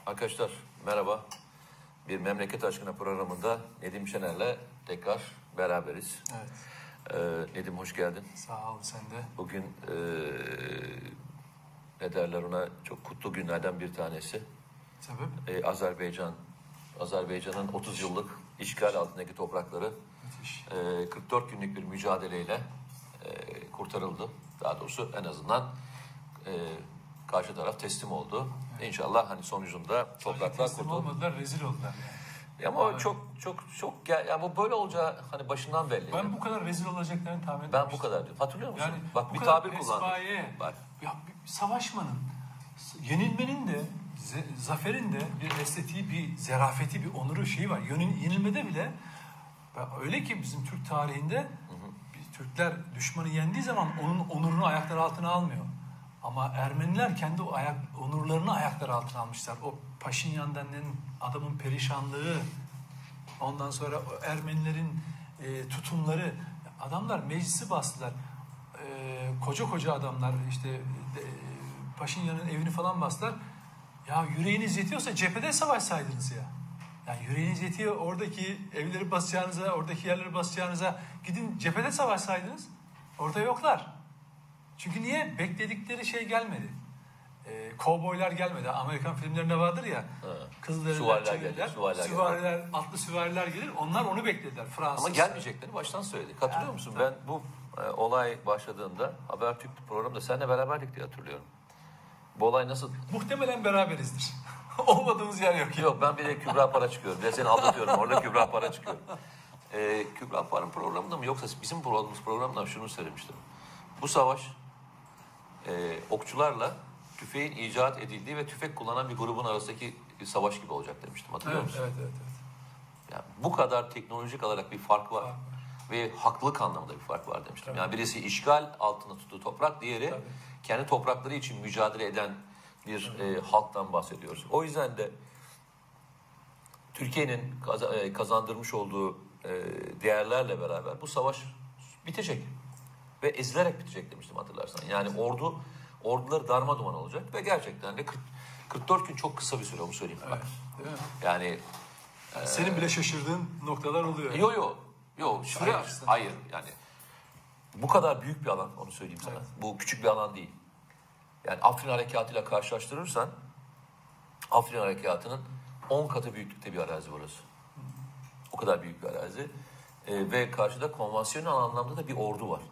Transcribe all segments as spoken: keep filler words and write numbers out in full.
Arkadaşlar merhaba. Bir Memleket Aşkına programında Nedim Şener'le tekrar beraberiz. Evet. Ee, Nedim hoş geldin. Sağ ol, sen de. Bugün ee, ne derler ona, çok kutlu günlerden bir tanesi. Sebep? Ee, Azerbaycan, Azerbaycan'ın otuz yıllık işgal altındaki toprakları Müthiş. ee, kırk dört günlük bir mücadeleyle ee, kurtarıldı. Daha doğrusu en azından ee, karşı taraf teslim oldu. Evet. İnşallah hani sonucunda topraklar teslim kurtuldu. olmadılar, rezil oldular yani. Ama evet. çok çok çok ya yani bu böyle olacağı hani başından belli. Ben bu kadar rezil olacaklarını tahmin Ben bu kadar diyorum. Hatırlıyor musun? Yani bak bir tabir kullandım. Bak. Ya bir savaşmanın, yenilmenin de, ze, zaferin de bir estetiği, bir zerafeti, bir onuru şeyi var. Yönün yenilmede bile öyle ki bizim Türk tarihinde hı hı. Türkler düşmanı yendiği zaman onun onurunu ayakları altına almıyor. Ama Ermeniler kendi o ayak, onurlarını ayakları altına almışlar. O Paşinyan denen adamın perişanlığı, ondan sonra o Ermenilerin e, tutumları, adamlar meclisi bastılar. E, koca koca adamlar işte e, Paşinyan'ın evini falan bastılar. Ya yüreğiniz yetiyorsa cephede savaşsaydınız ya. Yani yüreğiniz yetiyor, oradaki evleri basacağınıza, oradaki yerleri basacağınıza gidin cephede savaşsaydınız. Orada yoklar. Çünkü niye? Bekledikleri şey gelmedi. Ee, kovboylar gelmedi. Amerikan filmlerinde vardır ya. Kızılderililer, Çeviriler, süvariler, atlı süvariler gelir. Onlar onu beklediler. Fransız. Ama gelmeyeceklerini baştan söyledik. Hatırlıyor yani, musun? Tabii. Ben bu e, olay başladığında Habertürk programda seninle beraberdik diye hatırlıyorum. Bu olay nasıl? Muhtemelen beraberizdir. Olmadığımız yer yok. Yok, ben bir de Kübra Para çıkıyorum. Bir de seni aldatıyorum. Orada Kübra Para çıkıyor. Ee, Kübra Para'nın programında mı yoksa bizim programımız programda şunu söylemiştim. Bu savaş e, okçularla tüfeğin icat edildiği ve tüfek kullanan bir grubun arasındaki bir savaş gibi olacak demiştim. Hatırlıyor evet, musun? Evet, evet, evet. Yani bu kadar teknolojik olarak bir fark var. Fark var. Ve haklılık anlamında bir fark var demiştim. Tabii. Yani birisi işgal altında tuttuğu toprak, diğeri Tabii. kendi toprakları için mücadele eden bir e, halktan bahsediyoruz. O yüzden de Türkiye'nin kazandırmış olduğu e, değerlerle beraber bu savaş bitecek. Ve ezilerek bitecek demiştim, hatırlarsan. Yani ordu, orduları darmaduman olacak ve gerçekten de kırk, kırk dört gün çok kısa bir süre, onu söyleyeyim. Evet, değil mi? Yani e, senin bile şaşırdığın noktalar oluyor. Yok yok. Yok, süre hayır, hayır yani bu kadar büyük bir alan, onu söyleyeyim sana. Evet. Bu küçük bir alan değil. Yani Afrin Harekatı'yla karşılaştırırsan Afrin Harekatı'nın on katı büyüklükte bir arazi burası. Hmm. O kadar büyük bir arazi. Ee, ve karşıda konvansiyonel anlamda da bir ordu var.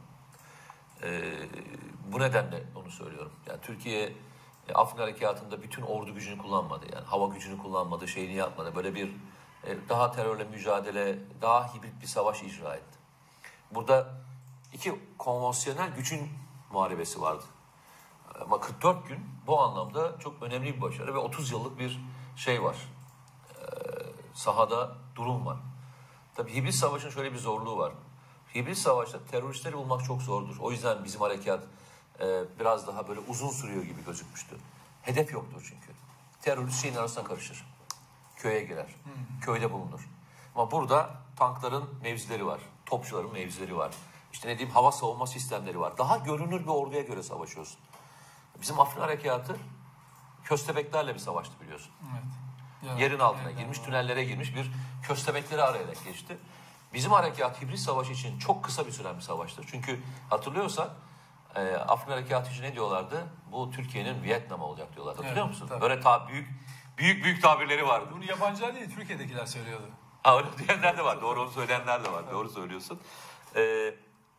Ee, bu nedenle onu söylüyorum. Yani Türkiye e, Afrin Harekatı'nda bütün ordu gücünü kullanmadı. Yani hava gücünü kullanmadı, şeyini yapmadı. Böyle bir e, daha terörle mücadele, daha hibrit bir savaş icra etti. Burada iki konvansiyonel gücün muharebesi vardı. Ama kırk dört gün bu anlamda çok önemli bir başarı ve otuz yıllık bir şey var. Ee, sahada durum var. Tabii hibrit savaşın şöyle bir zorluğu var. Hibrit savaşta teröristleri bulmak çok zordur. O yüzden bizim harekat e, biraz daha böyle uzun sürüyor gibi gözükmüştü. Hedef yoktur çünkü. Terörist şeyin arasına karışır. Köye girer. Hmm. Köyde bulunur. Ama burada tankların mevzileri var. Topçuların mevzileri var. İşte ne diyeyim, hava savunma sistemleri var. Daha görünür bir orduya göre savaşıyorsun. Bizim Afrin Harekatı köstebeklerle bir savaştı, biliyorsun. Evet. Ya, yerin altına evet, girmiş, evet. tünellere girmiş bir köstebekleri arayarak geçti. Bizim harekat hibrit savaş için çok kısa bir süren bir savaştır. Çünkü hatırlıyorsan e, Afrin Harekatı için ne diyorlardı? Bu Türkiye'nin Vietnam olacak diyorlar. Hatırlıyor evet, musun? Tabii. Böyle ta büyük büyük büyük tabirleri vardı. Bunu yabancılar değil, Türkiye'dekiler söylüyordu. Ha, öyle diyenler de var. Doğru, onu söyleyenler de var. Evet. Doğru söylüyorsun. Ee,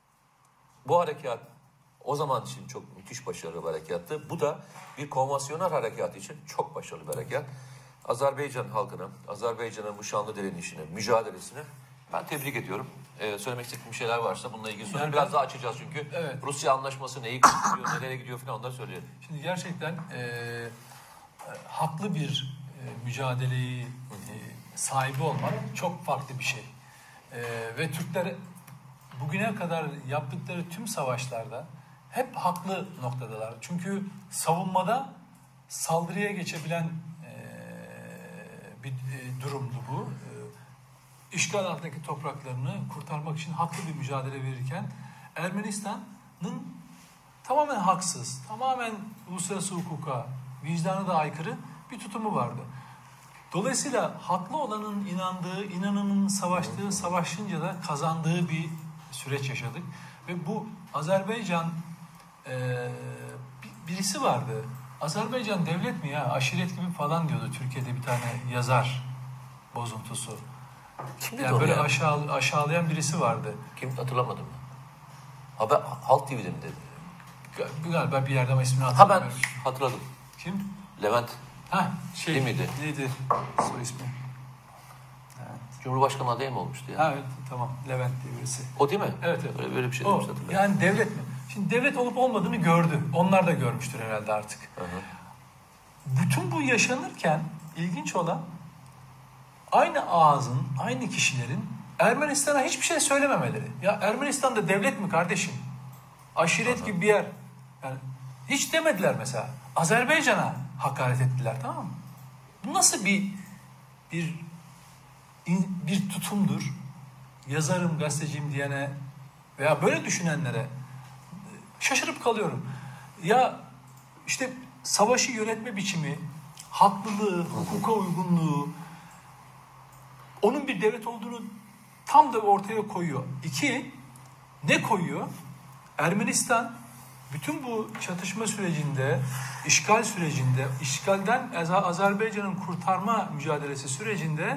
bu harekat o zaman için çok müthiş başarılı bir harekattı. Bu da bir konvansiyonel harekat için çok başarılı bir harekat. Azerbaycan halkını, Azerbaycan'ın bu şanlı direnişini, mücadelesini ben tebrik ediyorum. Ee, söylemek istediğim bir şeyler varsa bununla ilgili yani biraz ben, daha açacağız çünkü. Evet. Rusya anlaşması neyi gösteriyor, nereye gidiyor falan, onları söyleyelim. Şimdi gerçekten e, e, haklı bir e, mücadeleyi e, sahibi olmak çok farklı bir şey. E, ve Türkler bugüne kadar yaptıkları tüm savaşlarda hep haklı noktadalar. Çünkü savunmada saldırıya geçebilen e, bir e, durumdu bu. E, işgal altındaki topraklarını kurtarmak için haklı bir mücadele verirken Ermenistan'ın tamamen haksız, tamamen uluslararası hukuka, vicdanı da aykırı bir tutumu vardı. Dolayısıyla haklı olanın inandığı, inananın savaştığı, savaşınca da kazandığı bir süreç yaşadık. Ve bu Azerbaycan e, birisi vardı. Azerbaycan devlet mi ya? Aşiret gibi falan diyordu Türkiye'de bir tane yazar bozuntusu. Kimdi Yani böyle ya? aşağı, aşağılayan birisi vardı. Kim hatırlamadım. Haber Halk T V'de mi dedi? Galiba bir yerde ama ismini Ha ben hatırlamıyorum. hatırladım. Kim? Levent Ha şey. Değil miydi? Neydi? Soy ismi. Cumhurbaşkanı adayı mı olmuştu ya? Ha evet tamam. Levent diye birisi. O değil mi? Evet evet. Böyle, böyle bir şey O, demiş hatırlıyorum. yani devlet mi? Şimdi devlet olup olmadığını gördü. Onlar da görmüştür herhalde artık. Hı hı. Bütün bu yaşanırken ilginç olan aynı ağzın, aynı kişilerin Ermenistan'a hiçbir şey söylememeleri. Ya Ermenistan'da devlet mi kardeşim? Aşiret Aha. gibi bir yer. Yani hiç demediler mesela. Azerbaycan'a hakaret ettiler, tamam mı? Bu nasıl bir bir bir tutumdur? Yazarım, gazeteciyim diyene veya böyle düşünenlere şaşırıp kalıyorum. Ya işte savaşı yönetme biçimi, haklılığı, hukuka uygunluğu, onun bir devlet olduğunu tam da ortaya koyuyor. İki, ne koyuyor? Ermenistan bütün bu çatışma sürecinde, işgal sürecinde, işgalden Azerbaycan'ın kurtarma mücadelesi sürecinde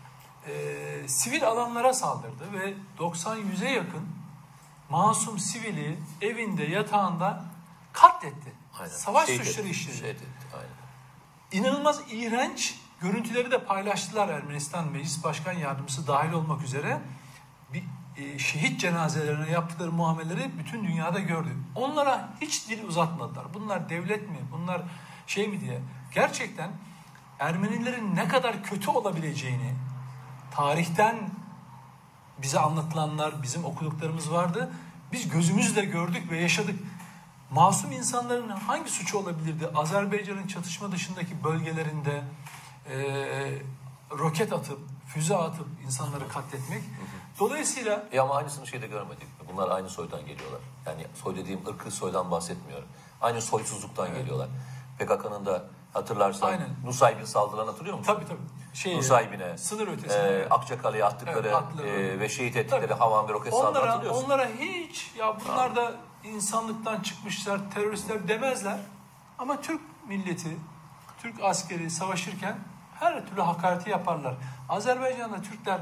e, sivil alanlara saldırdı ve doksan yüze yakın masum sivili evinde, yatağında katletti. Aynen. Savaş Şey suçları dedi, işledi. şey dedi, aynen. İnanılmaz iğrenç görüntüleri de paylaştılar Ermenistan Meclis Başkan Yardımcısı dahil olmak üzere. Bir e, şehit cenazelerine yaptıkları muameleleri bütün dünyada gördü. Onlara hiç dil uzatmadılar. Bunlar devlet mi? Bunlar şey mi diye. Gerçekten Ermenilerin ne kadar kötü olabileceğini tarihten bize anlatılanlar, bizim okuduklarımız vardı. Biz gözümüzle gördük ve yaşadık. Masum insanların hangi suçu olabilirdi? Azerbaycan'ın çatışma dışındaki bölgelerinde e, roket atıp, füze atıp insanları katletmek. Dolayısıyla... E ama aynısını şeyde görmedik. Bunlar aynı soydan geliyorlar. Yani soy dediğim ırkı soydan bahsetmiyorum. Aynı soysuzluktan evet. geliyorlar. P K K'nın da hatırlarsan Aynen. Nusaybin saldırılarını hatırlıyor musun? Tabii tabii. Şey, Nusaybin'e, sınır ötesi. E, Akçakale'ye attıkları evet, e, ve şehit ettikleri havan ve roket saldırıları hatırlıyorsun. Onlara hiç ya bunlar ha. da insanlıktan çıkmışlar, teröristler demezler. Ama Türk milleti, Türk askeri savaşırken her türlü hakareti yaparlar. Azerbaycan'da Türkler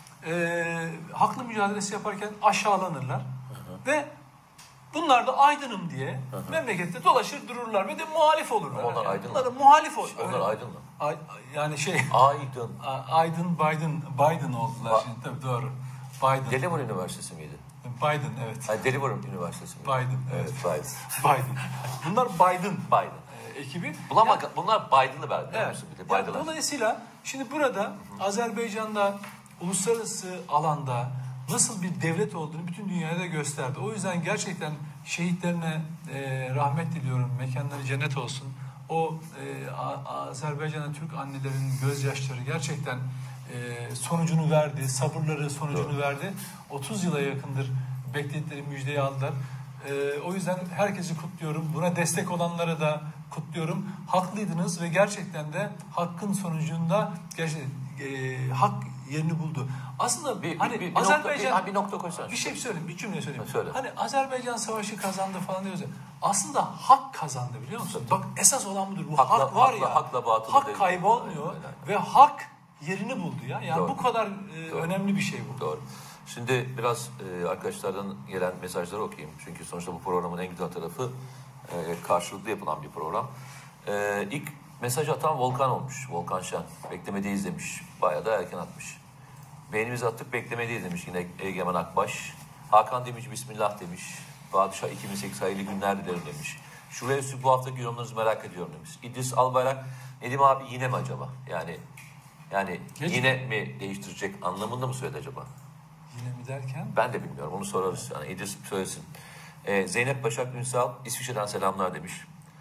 e, haklı mücadelesi yaparken aşağılanırlar. Hı hı. Ve bunlar da aydınım diye hı hı. memlekette dolaşır dururlar ve de muhalif olurlar. Onlar yani. aydın Bunlara muhalif olur. Onlar aydın mı? Ay, yani şey... Aydın. Aydın, Biden, Biden oldular ba- şimdi tabii doğru. Biden. Delaware Üniversitesi miydi? Biden evet. Hayır, Delaware Üniversitesi miydi? Biden evet. evet Biden. Biden. Bunlar Biden. Biden. E, ekibi. Bulamadık. Yani, bunlar Biden'ı verdi. Evet. Yani dolayısıyla şimdi burada Hı-hı. Azerbaycan'da uluslararası alanda nasıl bir devlet olduğunu bütün dünyaya da gösterdi. O yüzden gerçekten şehitlerine e, rahmet diliyorum. Mekanları cennet olsun. O e, Azerbaycan'ın Türk annelerinin gözyaşları gerçekten e, sonucunu verdi. Sabırları sonucunu Doğru. verdi. otuz yıla yakındır bekledikleri müjdeyi aldılar. E, o yüzden herkesi kutluyorum. Buna destek olanlara da kutluyorum. Haklıydınız ve gerçekten de hakkın sonucunda gerçekten, e, hak yerini buldu. Aslında bir, hani bir, bir Azerbaycan nokta, bir, bir nokta koysana. Bir şey söyleyeyim, bir cümle söyleyeyim. Söyle. Hani Azerbaycan savaşı kazandı falan diyoruz ya. Aslında hak kazandı biliyor musun? Tabii. Bak esas olan budur. Bu hakla, hak var hakla, ya. Hakla batılı hak kaybolmuyor aynen, aynen. ve hak yerini buldu ya. Yani Doğru. bu kadar e, önemli bir şey bu. Doğru. Şimdi biraz e, arkadaşlardan gelen mesajları okuyayım. Çünkü sonuçta bu programın en güzel tarafı e, karşılıklı yapılan bir program. E, ilk mesaj atan Volkan olmuş. Volkan Şen. Beklemedeyiz demiş. Bayağı da erken atmış. Beğenimizi attık beklemedeyiz demiş yine Egemen Akbaş. Hakan demiş Bismillah demiş. Padişah iki bin sekiz hayırlı günler dilerim demiş. Şuraya üstü bu haftaki yorumlarınızı merak ediyorum demiş. İdris Albayrak, Nedim abi yine mi acaba? Yani yani Geç. yine mi değiştirecek anlamında mı söyledi acaba? Yine mi derken? Ben de bilmiyorum onu sorarız. Yani İdris söylesin. Ee, Zeynep Başak Ünsal İsviçre'den selamlar demiş.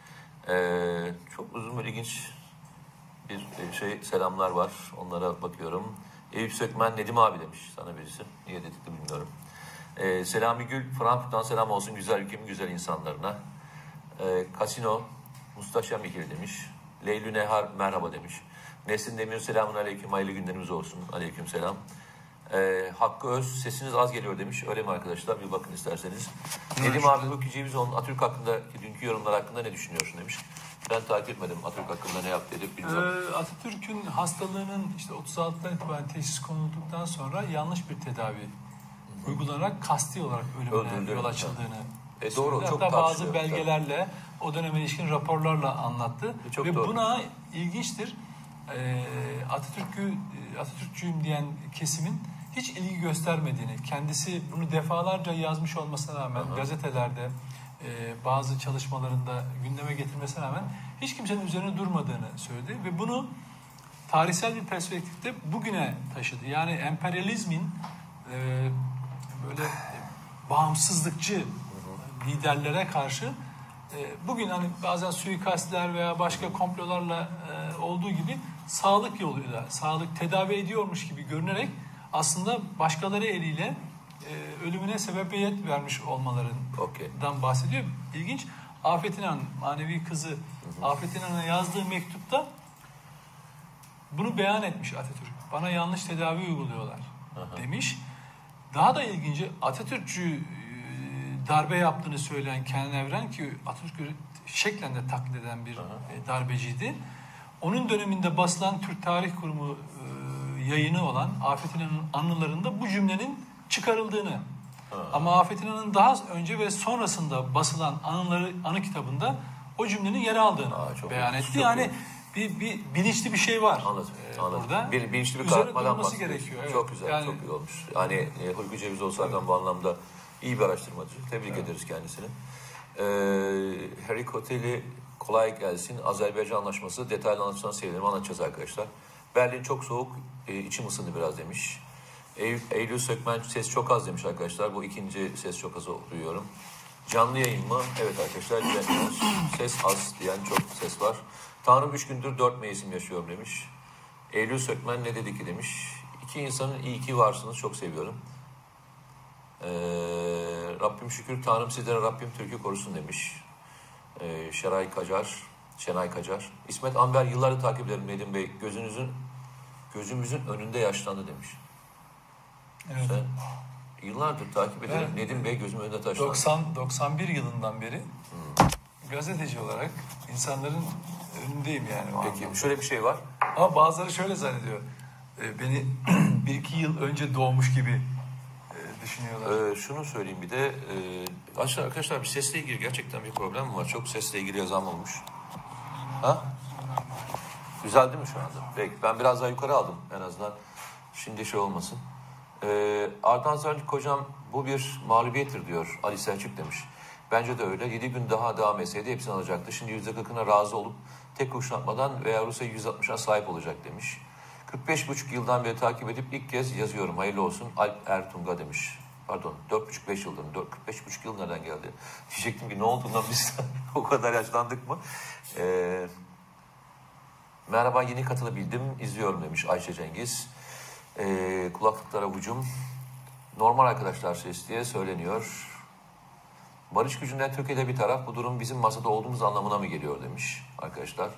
Ee, çok uzun ve ilginç bir şey selamlar var. Onlara bakıyorum. Eyüp Sökmen Nedim abi demiş sana birisi. Niye dedik de bilmiyorum. Ee, Selami Gül Frankfurt'tan selam olsun güzel ülkemin güzel insanlarına. Ee, Kasino Mustaşa Mihir demiş. Leylü Nehar merhaba demiş. Nesin Demir selamun aleyküm. Hayırlı günlerimiz olsun. Aleyküm selam. Ee, Hakkı Öz sesiniz az geliyor demiş. Öyle mi arkadaşlar? Bir bakın isterseniz. Nedim abi Hulki Cevizoğlu'nun Atatürk hakkındaki dünkü yorumlar hakkında ne düşünüyorsun demiş. Ben takip etmedim Atatürk hakkında ne yaptı edip bilmiyorum. Ee, Atatürk'ün hastalığının işte otuz altıdan itibaren teşhis konulduktan sonra yanlış bir tedavi Hı-hı. uygulanarak kasti olarak ölümüne Öldürdü. yol açıldığını e, doğru, çok hatta bazı belgelerle tabii. o döneme ilişkin raporlarla anlattı. E, çok Ve doğru. Buna ilginçtir. Ee, Atatürk'ü Atatürkçüyüm diyen kesimin hiç ilgi göstermediğini, kendisi bunu defalarca yazmış olmasına rağmen Hı-hı. gazetelerde e, bazı çalışmalarında gündeme getirmesine rağmen hiç kimsenin üzerine durmadığını söyledi ve bunu tarihsel bir perspektifte bugüne taşıdı. Yani emperyalizmin e, böyle e, bağımsızlıkçı Hı-hı. liderlere karşı e, bugün hani bazen suikastler veya başka komplolarla e, olduğu gibi sağlık yoluyla, sağlık tedavi ediyormuş gibi görünerek aslında başkaları eliyle e, ölümüne sebebiyet vermiş olmalarından okay. bahsediyor. İlginç. Afet İnan, manevi kızı hı hı. Afet İnan'a yazdığı mektupta bunu beyan etmiş Atatürk. Bana yanlış tedavi uyguluyorlar hı hı. demiş. Daha da ilginci Atatürkçü e, darbe yaptığını söyleyen Kenan Evren ki Atatürk'ü şeklen de taklit eden bir hı hı. E, darbeciydi. Onun döneminde basılan Türk Tarih Kurumu e, yayını olan Afet İnan'ın anılarında bu cümlenin çıkarıldığını ha. ama Afet İnan'ın daha önce ve sonrasında basılan anıları anı kitabında o cümlenin yer aldığını Aa, beyan etti. Çok yani bir, bir bilinçli bir şey var. Anladım. E, anladım. Burada. Bir bilinçli bir karartmadan gerekiyor. Evet. Çok güzel, yani, çok iyi olmuş. Yani e, Hulki Cevizoğlu zaten evet. bu anlamda iyi bir araştırmacı. Tebrik evet. ederiz kendisini. Ee, Harry Koteli kolay gelsin. Azerbaycan anlaşması detaylı anlatırsanız sevinirim. Anlatacağız arkadaşlar. Berlin çok soğuk. E, içim ısındı biraz demiş. Eylül Sökmen ses çok az demiş arkadaşlar. Bu ikinci ses çok az duyuyorum. Canlı yayın mı? Evet arkadaşlar. Bilemiyoruz. Ses az diyen çok ses var. Tanrım üç gündür dört mevsim yaşıyorum demiş. Eylül Sökmen ne dedi ki demiş. İki insanın iyi ki varsınız. Çok seviyorum. Ee, Rabbim şükür. Tanrım sizlere Rabbim Türk'ü korusun demiş. Ee, Şeray Kacar. Şenay Kacar. İsmet Amber yıllardır takip ederim Nedim Bey. Gözünüzün gözümüzün önünde yaşlandı demiş. Evet. Sen yıllardır takip ederim. Evet. Nedim Bey gözümün önünde taşlandı. doksan doksan bir yılından beri hmm. gazeteci olarak insanların önündeyim yani. Peki anlamda. Şöyle bir şey var. Ama bazıları şöyle zannediyor. E, beni bir iki yıl önce doğmuş gibi e, düşünüyorlar. Ee, şunu söyleyeyim bir de. E, arkadaşlar bir sesle ilgili gerçekten bir problem var. Çok sesle ilgili yazan olmuş. Ha? Güzel değil mi şu anda? Peki ben biraz daha yukarı aldım en azından. Şimdi şey olmasın. Ee, Ardan Sarıcık hocam bu bir mağlubiyettir diyor Ali Selçuk demiş. Bence de öyle. Yedi gün daha devam etseydi hepsini alacaktı. Şimdi yüzde kırkına razı olup tek kuşatmadan veya Rusya yüz altmışına sahip olacak demiş. kırk beş buçuk yıldan beri takip edip ilk kez yazıyorum. Hayırlı olsun Alp Ertunga demiş. Pardon dört buçuk beş yıldır. kırk beş buçuk yıl nereden geldi? Diyecektim ki ne oldu lan biz o kadar yaşlandık mı? Ee, merhaba yeni katılabildim. İzliyorum demiş Ayşe Cengiz. Ee, kulaklıklara hücum. Normal arkadaşlar ses diye söyleniyor. Barış gücünden Türkiye'de bir taraf. Bu durum bizim masada olduğumuz anlamına mı geliyor demiş arkadaşlar.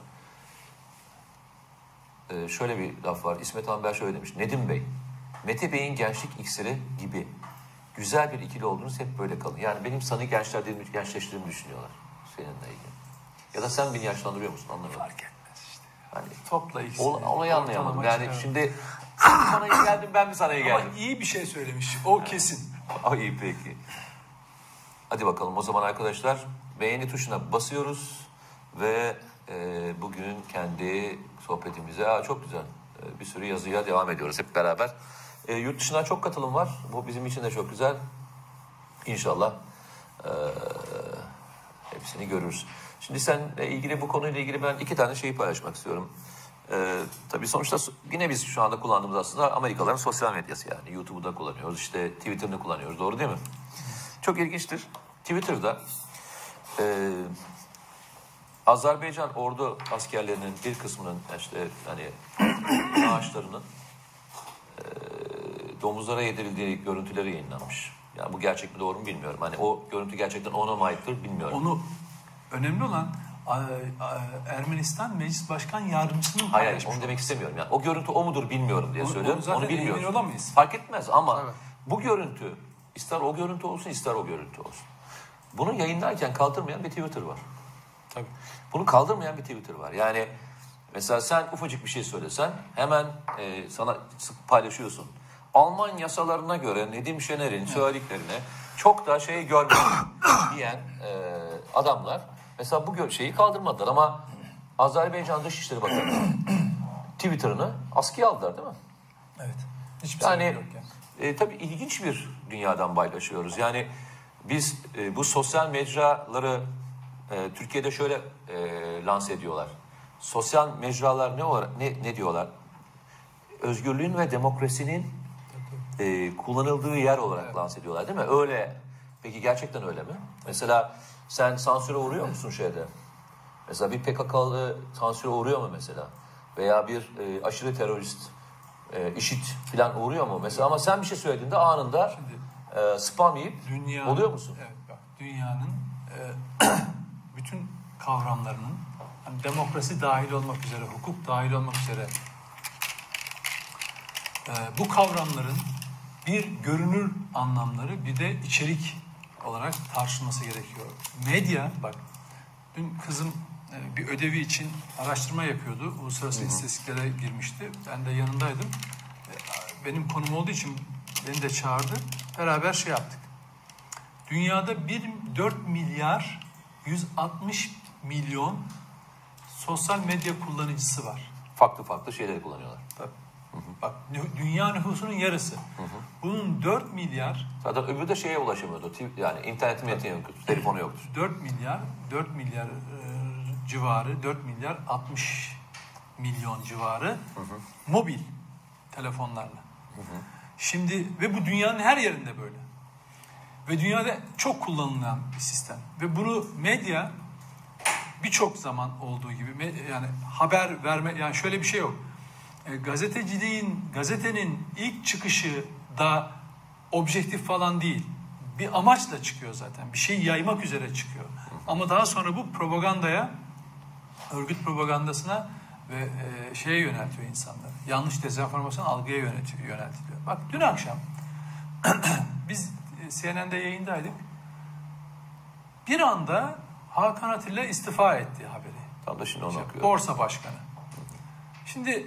Ee, şöyle bir laf var. İsmet Amber şöyle demiş. Nedim Bey, Mete Bey'in gençlik iksiri gibi güzel bir ikili olduğunuz hep böyle kalın. Yani benim sana gençlerdiğimi, gençleştirdiğimi düşünüyorlar seninle ilgili. Ya da sen beni yaşlandırıyor musun anlamadım. Fark etmez işte. Hani, topla ikisini. Olayı anlayamadım. Yani çıkarım. Şimdi sen bana iyi geldin ben mi sana iyi geldim? Ama iyi bir şey söylemiş. O kesin. Ay iyi peki. Hadi bakalım o zaman arkadaşlar beğeni tuşuna basıyoruz ve e, bugün kendi sohbetimize aa, çok güzel e, bir sürü yazıya devam ediyoruz hep beraber. E, yurt dışından çok katılım var. Bu bizim için de çok güzel. İnşallah e, hepsini görürüz. Şimdi seninle ilgili bu konuyla ilgili ben iki tane şeyi paylaşmak istiyorum. Ee, tabii sonuçta yine biz şu anda kullandığımız aslında Amerikalıların sosyal medyası yani. YouTube'u da kullanıyoruz, işte Twitter'ını kullanıyoruz. Doğru değil mi? Çok ilginçtir. Twitter'da e, Azerbaycan ordu askerlerinin bir kısmının işte hani maaşlarının e, domuzlara yedirildiği görüntüleri yayınlanmış. Yani bu gerçek mi doğru mu bilmiyorum. Hani o görüntü gerçekten ona mı aittir bilmiyorum. Onu önemli olan Ermenistan Meclis Başkan Yardımcısının Hayır, hayır paylaşmış. onu demek istemiyorum. Yani o görüntü o mudur bilmiyorum diye Onu- söylüyorum. onu zaten Onu bilmiyoruz. emin olamayız. Fark etmez ama Evet. bu görüntü ister o görüntü olsun ister o görüntü olsun. Bunu yayınlarken kaldırmayan bir Twitter var. Tabii. Bunu kaldırmayan bir Twitter var. Yani mesela sen ufacık bir şey söylesen hemen e, sana sık paylaşıyorsun. Alman yasalarına göre Nedim Şener'in söylediklerine çok da şey görmedim diyen e, adamlar mesela bu gö- şeyi kaldırmadılar ama Azerbaycan Dışişleri Bakanı Twitter'ını askıya aldılar değil mi? Evet. Hiçbir Yani, sebep yok yani. E, tabii ilginç bir dünyadan paylaşıyoruz. Yani biz e, bu sosyal mecraları e, Türkiye'de şöyle e, lanse ediyorlar. Sosyal mecralar ne olarak ne, ne diyorlar? Özgürlüğün ve demokrasinin e, kullanıldığı yer olarak Evet. lanse ediyorlar değil mi? Öyle. Peki gerçekten öyle mi? Mesela sen sansüre uğruyor musun şeyde? Mesela bir P K K'lı sansüre uğruyor mu mesela? Veya bir e, aşırı terörist e, IŞİD falan uğruyor mu mesela? Ama sen bir şey söylediğinde anında Şimdi e, spam yiyip dünyanın, oluyor musun? Evet, bak, dünyanın e, bütün kavramlarının hani demokrasi dahil olmak üzere, hukuk dahil olmak üzere e, bu kavramların bir görünür anlamları bir de içerik olarak tartışılması gerekiyor. Medya, bak dün kızım e, bir ödevi için araştırma yapıyordu. Uluslararası istatistiklere girmişti. Ben de yanındaydım. E, benim konum olduğu için beni de çağırdı. Beraber şey yaptık. Dünyada bir dört milyar yüz altmış milyon sosyal medya kullanıcısı var. Farklı farklı şeyleri kullanıyorlar. Tabii. Bak nü- dünya nüfusunun yarısı. Bunun dört milyar Zaten öbürü de şeye ulaşamıyordu. Tw- Yani internetin yoktur, telefonu yoktur. dört milyar dört milyar e, civarı dört milyar altmış milyon civarı mobil telefonlarla. Şimdi ve bu dünyanın her yerinde böyle. Ve dünyada çok kullanılan bir sistem. Ve bunu medya birçok zaman olduğu gibi me- yani haber verme yani şöyle bir şey yok. E, gazeteciliğin gazetenin ilk çıkışı da objektif falan değil. Bir amaçla çıkıyor zaten. Bir şey yaymak üzere çıkıyor. Ama daha sonra bu propagandaya, örgüt propagandasına ve e, şeye yöneltiyor insanları. Yanlış dezenformasyon algıya yöneltiyor, yöneltiliyor. Bak dün akşam biz e, C N N'de yayındaydık. Bir anda Hakan Atilla istifa etti haberi. Tam da şimdi onu İşte okuyorum. Borsa Başkanı. Şimdi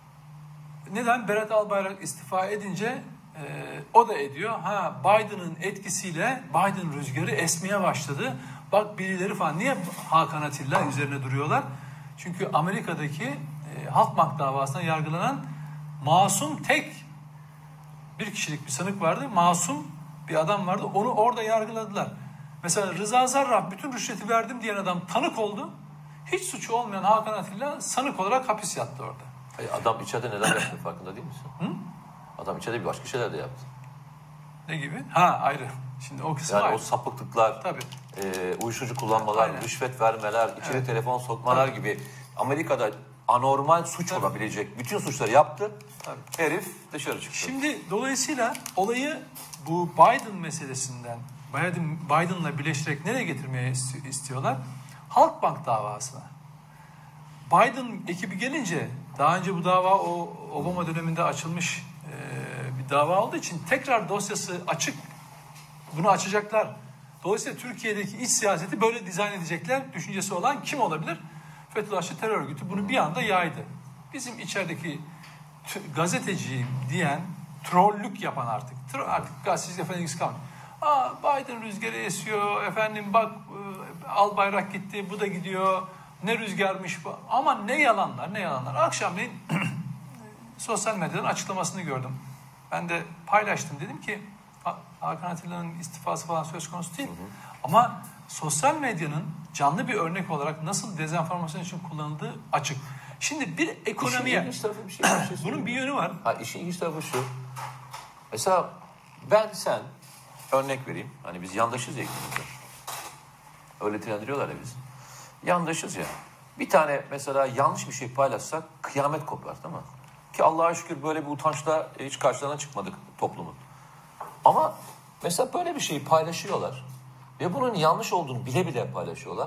neden Berat Albayrak istifa edince e, o da ediyor. Ha Biden'ın etkisiyle Biden rüzgarı esmeye başladı. Bak birileri falan niye Hakan Atilla üzerine duruyorlar? Çünkü Amerika'daki e, Halkbank davasına yargılanan masum tek bir kişilik bir sanık vardı. Masum bir adam vardı. Onu orada yargıladılar. Mesela Rıza Zarrab bütün rüşveti verdim diyen adam tanık oldu. Hiç suçu olmayan Hakan Atilla sanık olarak hapis yattı orada. Hayır, adam içeride neler yaptı farkında değil misin? Hı? Adam içeride bir başka şeyler de yaptı. Ne gibi? Ha ayrı. Şimdi o kısmı Yani ayrı. o sapıklıklar, Tabii. e, uyuşturucu kullanmalar, Aynen. rüşvet vermeler, içeri Evet. telefon sokmalar Tabii. gibi Amerika'da anormal suç Tabii. olabilecek bütün suçları yaptı. Tabii. Herif dışarı çıktı. Şimdi dolayısıyla olayı bu Biden meselesinden Biden Biden'la birleştirerek nereye getirmeye isti- istiyorlar? Halkbank davasına. Biden ekibi gelince daha önce bu dava o Obama döneminde açılmış e, bir dava olduğu için tekrar dosyası açık. Bunu açacaklar. Dolayısıyla Türkiye'deki iç siyaseti böyle dizayn edecekler. Düşüncesi olan kim olabilir? Fethullahçı terör örgütü bunu bir anda yaydı. Bizim içerideki t- gazeteciyim diyen, trollük yapan artık. Tro- artık gazetecilikle falan ilgisi kalmıyor. Aa Biden rüzgarı esiyor, efendim bak e, Albayrak gitti, bu da gidiyor. Ne rüzgarmış bu. Ama ne yalanlar, ne yalanlar. Akşamleyin sosyal medyadan açıklamasını gördüm. Ben de paylaştım. Dedim ki Ha- Hakan Atilla'nın istifası falan söz konusu değil. Hı hı. Ama sosyal medyanın canlı bir örnek olarak nasıl dezenformasyon için kullanıldığı açık. Şimdi bir İşin ekonomiye, ilginç tarafı bir şey, bir şey bunun söyleyeyim. bir yönü var. Ha, işin ilginç tarafı şu. Mesela ben sen örnek vereyim. Hani biz yandaşız ya ikimizde. Öyle nitelendiriyorlar ya biz. Yandaşız ya. Bir tane mesela yanlış bir şey paylaşsak kıyamet kopar değil mi? Ki Allah'a şükür böyle bir utançla hiç karşılarına çıkmadık toplumun. Ama mesela böyle bir şeyi paylaşıyorlar. Ve bunun yanlış olduğunu bile bile paylaşıyorlar.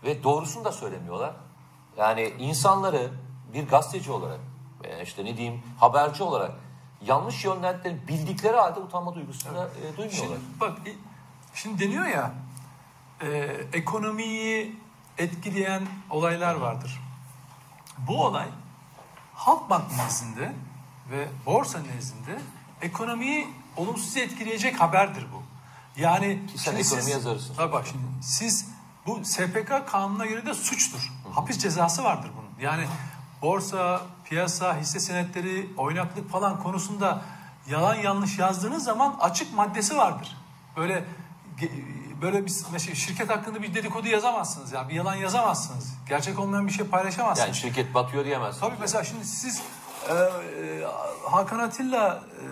ve doğrusunu da söylemiyorlar. Yani insanları bir gazeteci olarak, işte ne diyeyim, haberci olarak yanlış yönlendirdiklerini bildikleri halde utanma duygusunu da e, duymuyorlar. Şimdi bak, şimdi deniyor ya, e, ekonomiyi etkileyen olaylar vardır. Bu olay Halkbank nezdinde ve borsa nezdinde ekonomiyi olumsuz etkileyecek haberdir bu. Yani Ki sen ekonomi siz, yazarısın. Tabii bak şimdi siz, bu S P K kanununa göre de suçtur. Hı. Hapis cezası vardır bunun. Yani borsa, piyasa, hisse senetleri, oynaklık falan konusunda yalan yanlış yazdığınız zaman açık maddesi vardır. Böyle böyle bir mesela şirket hakkında bir dedikodu yazamazsınız ya, bir yalan yazamazsınız. Gerçek olmayan bir şey paylaşamazsınız. Yani şirket batıyor diyemezsiniz. Tabii mesela şimdi siz e, e, Hakan Atilla e,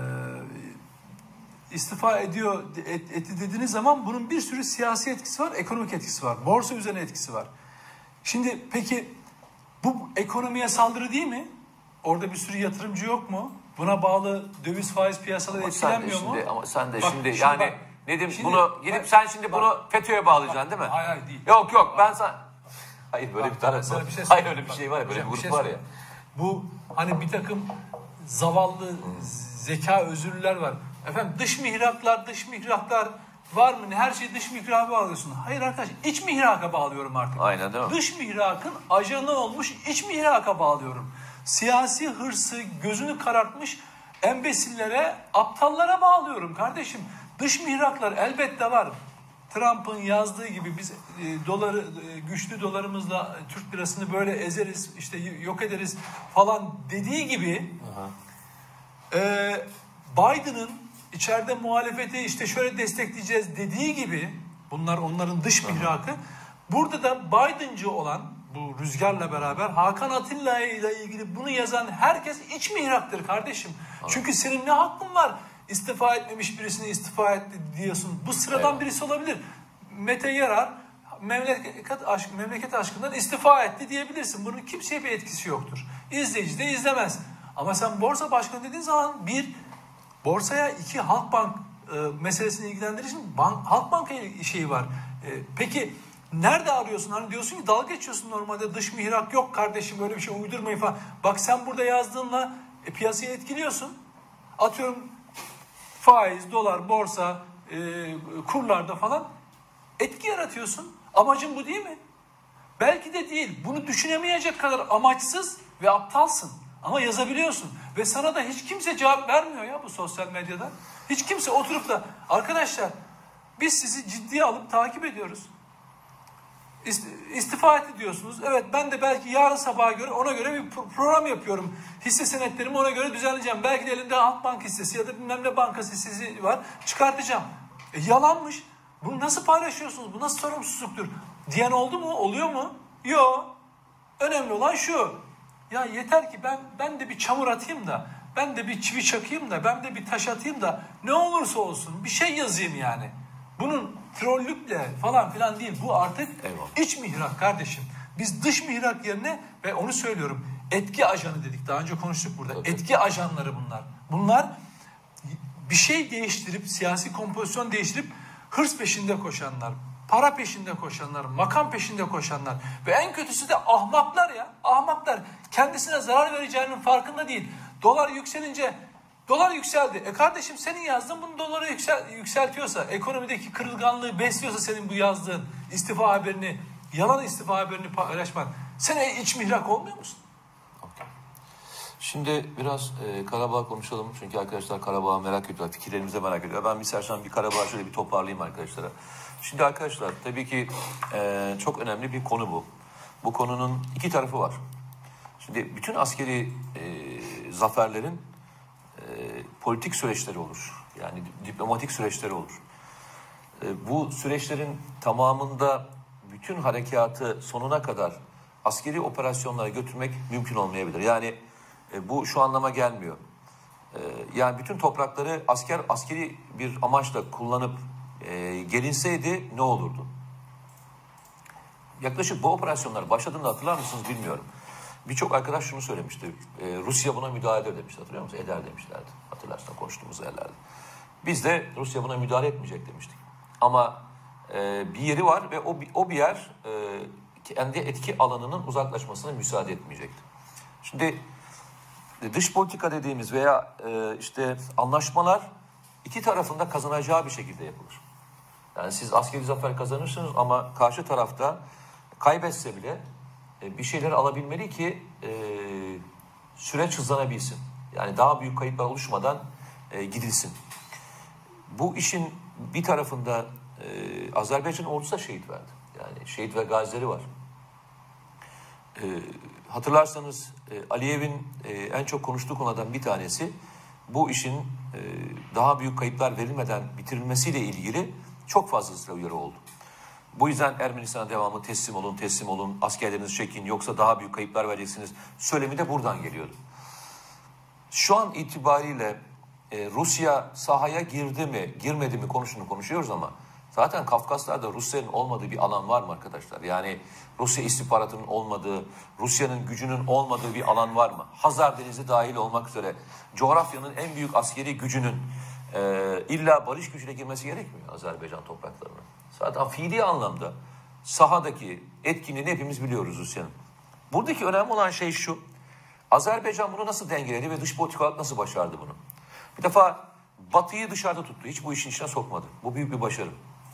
istifa ediyor et, etti dediğiniz zaman bunun bir sürü siyasi etkisi var, ekonomik etkisi var. Borsa üzerine etkisi var. Şimdi peki bu ekonomiye saldırı değil mi? Orada bir sürü yatırımcı yok mu? Buna bağlı döviz faiz piyasaları ama etkilenmiyor şimdi, mu? Ama sen de bak, şimdi, şimdi yani bak, Nedim şimdi, bunu gidip bak, sen şimdi bak, bunu FETÖ'ye bağlayacaksın değil mi? Hayır hayır değil. Yok yok bak, ben sana... Hayır böyle bak, bir tane... bak, bir şey hayır öyle bir bak, şey var ya, böyle bir grup şey var ya. Bu hani bir takım zavallı zeka özürlüler var. Efendim dış mihraklar, dış mihraklar var mı? Her şeyi dış mihraka bağlıyorsun. Hayır arkadaş, iç mihraka bağlıyorum artık. Aynen değil mi? Dış mihrakın ajanı olmuş iç mihraka bağlıyorum. Siyasi hırsı gözünü karartmış embesillere, aptallara bağlıyorum kardeşim. Dış mihraklar elbette var. Trump'ın yazdığı gibi biz e, doları e, güçlü dolarımızla Türk lirasını böyle ezeriz, işte yok ederiz falan dediği gibi e, Biden'ın içeride muhalefeti işte şöyle destekleyeceğiz dediği gibi, bunlar onların dış mihrakı. Burada da Biden'cı olan bu rüzgarla beraber Hakan Atilla ile ilgili bunu yazan herkes iç mihraktır kardeşim. Aha. Çünkü senin ne hakkın var? İstifa etmemiş birisini istifa etti diyorsun. Bu sıradan evet. birisi olabilir. Mete Yarar memleket, aşk, memleket aşkından istifa etti diyebilirsin. Bunun kimseye bir etkisi yoktur. İzleyici de izlemez. Ama sen borsa başkanı dediğin zaman bir, borsaya iki Halkbank e, meselesini ilgilendirir için bank, Halkbank'a şeyi var. E, peki nerede arıyorsun? Hani diyorsun ki dalga geçiyorsun, normalde dış mihrak yok kardeşim, böyle bir şey uydurmayın falan. Bak sen burada yazdığınla e, piyasayı etkiliyorsun. Atıyorum faiz, dolar, borsa, e, kurlarda falan etki yaratıyorsun. Amacın bu değil mi? Belki de değil. Bunu düşünemeyecek kadar amaçsız ve aptalsın. Ama yazabiliyorsun. Ve sana da hiç kimse cevap vermiyor ya bu sosyal medyada. Hiç kimse oturup da arkadaşlar biz sizi ciddiye alıp takip ediyoruz. İstifa etti diyorsunuz. Evet, ben de belki yarın sabaha göre ona göre bir program yapıyorum. Hisse senetlerimi ona göre düzenleyeceğim. Belki de elimde Halkbank hissesi ya da bilmem ne bankası hissesi var. Çıkartacağım. E, yalanmış. Bunu nasıl paylaşıyorsunuz? Bu nasıl sorumsuzluktur? Diyen oldu mu? Oluyor mu? Yok. Önemli olan şu. Ya yeter ki ben ben de bir çamur atayım da, ben de bir çivi çakayım da, ben de bir taş atayım da ne olursa olsun bir şey yazayım yani. Bunun trollükle falan filan değil. Bu artık Eyvallah. iç mihrak kardeşim. Biz dış mihrak yerine, ve onu söylüyorum, etki ajanı dedik. Daha önce konuştuk burada. Tabii. Etki ajanları bunlar. Bunlar bir şey değiştirip, siyasi kompozisyon değiştirip hırs peşinde koşanlar, para peşinde koşanlar, makam peşinde koşanlar ve en kötüsü de ahmaklar ya. Ahmaklar kendisine zarar vereceğinin farkında değil. Dolar yükselince dolar yükseldi. E kardeşim senin yazdığın bunu dolara yüksel, yükseltiyorsa, ekonomideki kırılganlığı besliyorsa senin bu yazdığın istifa haberini, yalan istifa haberini paylaşman, sen iç mihrak olmuyor musun? Okay. Şimdi biraz e, Karabağ konuşalım. Çünkü arkadaşlar Karabağ'ı merak ediyorlar. Fikirlerimizi merak ediyor. Ben bir sersen bir Karabağ şöyle bir toparlayayım arkadaşlara. Şimdi arkadaşlar tabii ki e, çok önemli bir konu bu. Bu konunun iki tarafı var. Şimdi bütün askeri e, zaferlerin e, politik süreçleri olur. Yani diplomatik süreçleri olur. E, bu süreçlerin tamamında bütün harekatı sonuna kadar askeri operasyonlara götürmek mümkün olmayabilir. Yani e, bu şu anlama gelmiyor. E, yani bütün toprakları asker askeri bir amaçla kullanıp e, gelinseydi ne olurdu? Yaklaşık bu operasyonlar başladığında hatırlar mısınız bilmiyorum. Birçok arkadaş şunu söylemişti. E, Rusya buna müdahale eder demişti. Hatırlıyor musunuz? Eder demişlerdi. Hatırlarsan konuştuğumuz yerlerde. Biz de Rusya buna müdahale etmeyecek demiştik. Ama e, bir yeri var ve o, o bir yer e, kendi etki alanının uzaklaşmasına müsaade etmeyecektir. Şimdi dış politika dediğimiz veya e, işte anlaşmalar iki tarafında kazanacağı bir şekilde yapılır. Yani siz askeri zafer kazanırsınız ama karşı tarafta kaybetse bile e, bir şeyleri alabilmeli ki e, süreç hızlanabilsin. Yani daha büyük kayıplar oluşmadan e, gidilsin. Bu işin bir tarafında e, Azerbaycan ordusu da şehit verdi. Yani şehit ve gazileri var. E, hatırlarsanız e, Aliyev'in e, en çok konuştuğu konulardan bir tanesi bu işin e, daha büyük kayıplar verilmeden bitirilmesiyle ilgili çok fazla uyarı oldu. Bu yüzden Ermenistan'a devamlı teslim olun, teslim olun, askerlerinizi çekin yoksa daha büyük kayıplar vereceksiniz söylemi de buradan geliyordu. Şu an itibariyle e, Rusya sahaya girdi mi, girmedi mi konusunu konuşuyoruz ama zaten Kafkaslar'da Rusya'nın olmadığı bir alan var mı arkadaşlar? Yani Rusya istihbaratının olmadığı, Rusya'nın gücünün olmadığı bir alan var mı? Hazar Denizi dahil olmak üzere coğrafyanın en büyük askeri gücünün e, illa barış gücüne girmesi gerekmiyor Azerbaycan topraklarına. Zaten fiili anlamda sahadaki etkinliğini hepimiz biliyoruz Rusya'nın. Buradaki önemli olan şey şu: Azerbaycan bunu nasıl dengeledi ve dış politik olarak nasıl başardı bunu? Bir defa Batı'yı dışarıda tuttu. Hiç bu işin içine sokmadı. Bu büyük bir başarı.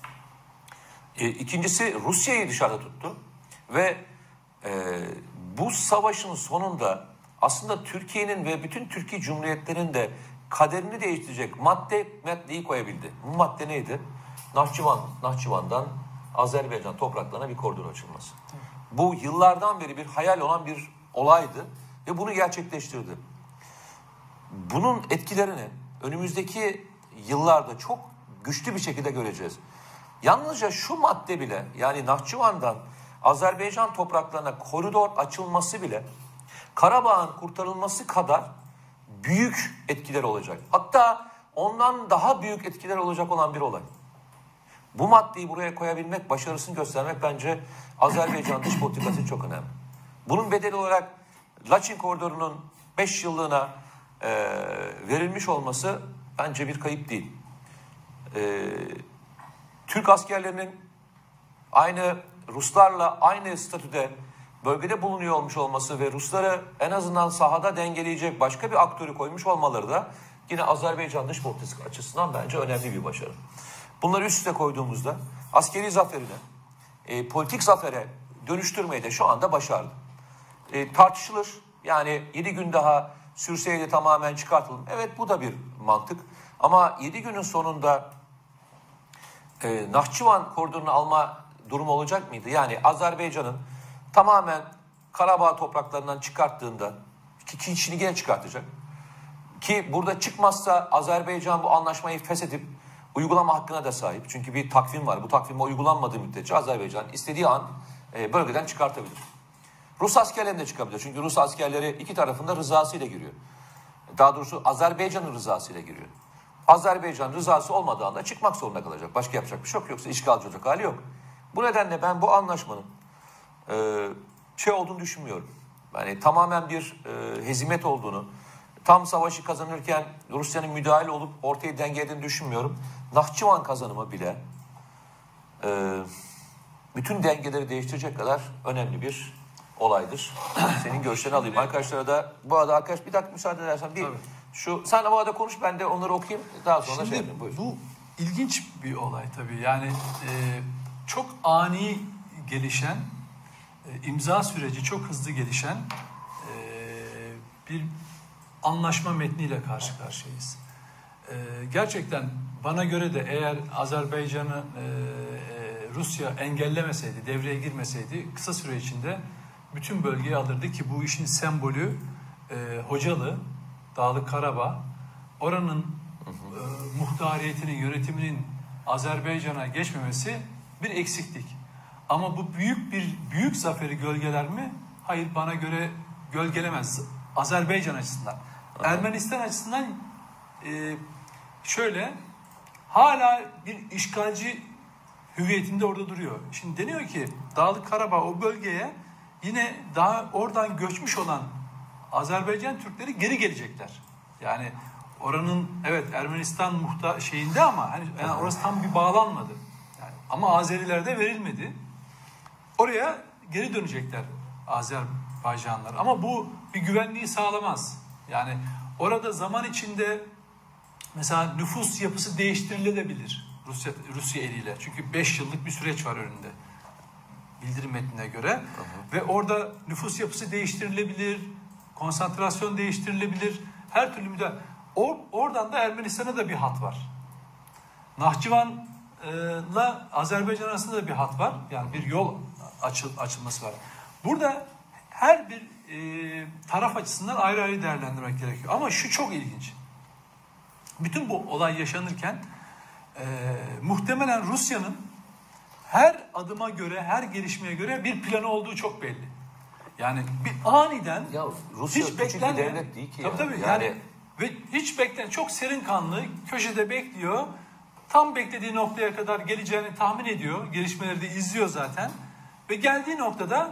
E, ikincisi Rusya'yı dışarıda tuttu. Ve e, bu savaşın sonunda aslında Türkiye'nin ve bütün Türkiye Cumhuriyetlerinin de kaderini değiştirecek madde maddeyi koyabildi. Bu madde neydi? Nahçıvan, Nahçıvan'dan Azerbaycan topraklarına bir koridor açılması. Bu yıllardan beri bir hayal olan bir olaydı ve bunu gerçekleştirdi. Bunun etkilerini önümüzdeki yıllarda çok güçlü bir şekilde göreceğiz. Yalnızca şu madde bile, yani Nahçıvan'dan Azerbaycan topraklarına koridor açılması bile Karabağ'ın kurtarılması kadar büyük etkiler olacak. Hatta ondan daha büyük etkiler olacak olan bir olay. Bu maddeyi buraya koyabilmek, başarısını göstermek bence Azerbaycan dış politikası çok önemli. Bunun bedeli olarak Laçin koridorunun beş yıllığına e, verilmiş olması bence bir kayıp değil. E, Türk askerlerinin aynı Ruslarla aynı statüde bölgede bulunuyor olmuş olması ve Rusları en azından sahada dengeleyecek başka bir aktörü koymuş olmaları da yine Azerbaycan dış politikası açısından bence önemli bir başarı. Bunları üst üste koyduğumuzda askeri zaferini e, politik zafere dönüştürmeyi de şu anda başardı. E, tartışılır. Yani yedi gün daha sürseydi tamamen çıkartılır. Evet, bu da bir mantık. Ama yedi günün sonunda e, Nahçıvan koridorunu alma durumu olacak mıydı? Yani Azerbaycan'ın tamamen Karabağ topraklarından çıkarttığında ki, ki içini yine çıkartacak. Ki burada çıkmazsa Azerbaycan bu anlaşmayı feshedip uygulama hakkına da sahip. Çünkü bir takvim var. Bu takvime uygulanmadığı müddetçe Azerbaycan istediği an e, bölgeden çıkartabilir. Rus askerlerine de çıkabilir. Çünkü Rus askerleri iki tarafında rızasıyla giriyor. Daha doğrusu Azerbaycan'ın rızasıyla giriyor. Azerbaycan rızası olmadığı anda çıkmak zorunda kalacak. Başka yapacak bir şey yok. Yoksa işgalci olacak hali yok. Bu nedenle ben bu anlaşmanın e, şey olduğunu düşünmüyorum. Yani tamamen bir e, hezimet olduğunu, tam savaşı kazanırken Rusya'nın müdahale olup ortayı dengelediğini düşünmüyorum. Nahçıvan kazanımı bile e, bütün dengeleri değiştirecek kadar önemli bir olaydır. Senin görüşlerini alayım. Arkadaşlara da bu arada arkadaş bir dakika müsaade edersen bir Tabii. şu sen bu arada konuş, ben de onları okuyayım, daha sonra Şimdi, şey yapayım. Buyur. Bu ilginç bir olay tabii. Yani e, çok ani gelişen, e, imza süreci çok hızlı gelişen e, bir anlaşma metniyle karşı karşıyayız. E, gerçekten bana göre de eğer Azerbaycan'ı e, e, Rusya engellemeseydi, devreye girmeseydi kısa süre içinde bütün bölgeyi alırdı ki bu işin sembolü e, Hocalı, Dağlık Karabağ, oranın e, muhtariyetinin, yönetiminin Azerbaycan'a geçmemesi bir eksiklik. Ama bu büyük bir büyük zaferi gölgeler mi? Hayır, bana göre gölgelemez. Azerbaycan açısından. Aha. Ermenistan açısından e, şöyle, hala bir işgalci hüviyetinde orada duruyor. Şimdi deniyor ki Dağlık Karabağ o bölgeye yine daha oradan göçmüş olan Azerbaycan Türkleri geri gelecekler. Yani oranın evet Ermenistan muhta şeyinde ama hani yani orası tam bir bağlanmadı. Yani Ama Azerilerde verilmedi. Oraya geri dönecekler Azerbaycanlılar. Ama bu bir güvenliği sağlamaz. Yani orada zaman içinde mesela nüfus yapısı değiştirilebilir Rusya, Rusya eliyle. Çünkü beş yıllık bir süreç var önünde. Bildirim metnine göre. Hı hı. Ve orada nüfus yapısı değiştirilebilir, konsantrasyon değiştirilebilir. Her türlü müdahale. Or, oradan da Ermenistan'a da bir hat var. Nahçıvan'la Azerbaycan arasında da bir hat var. Yani bir yol açıl, açılması var. Burada her bir e, taraf açısından ayrı ayrı değerlendirmek gerekiyor. Ama şu çok ilginç. Bütün bu olay yaşanırken e, muhtemelen Rusya'nın her adıma göre, her gelişmeye göre bir planı olduğu çok belli. Yani bir aniden ya Rusya hiç küçük bir devlet değil ki. Tabii ya. tabii. Yani, yani ve hiç beklen çok serin kanlı, köşede bekliyor. Tam beklediği noktaya kadar geleceğini tahmin ediyor. Gelişmeleri de izliyor zaten. Ve geldiği noktada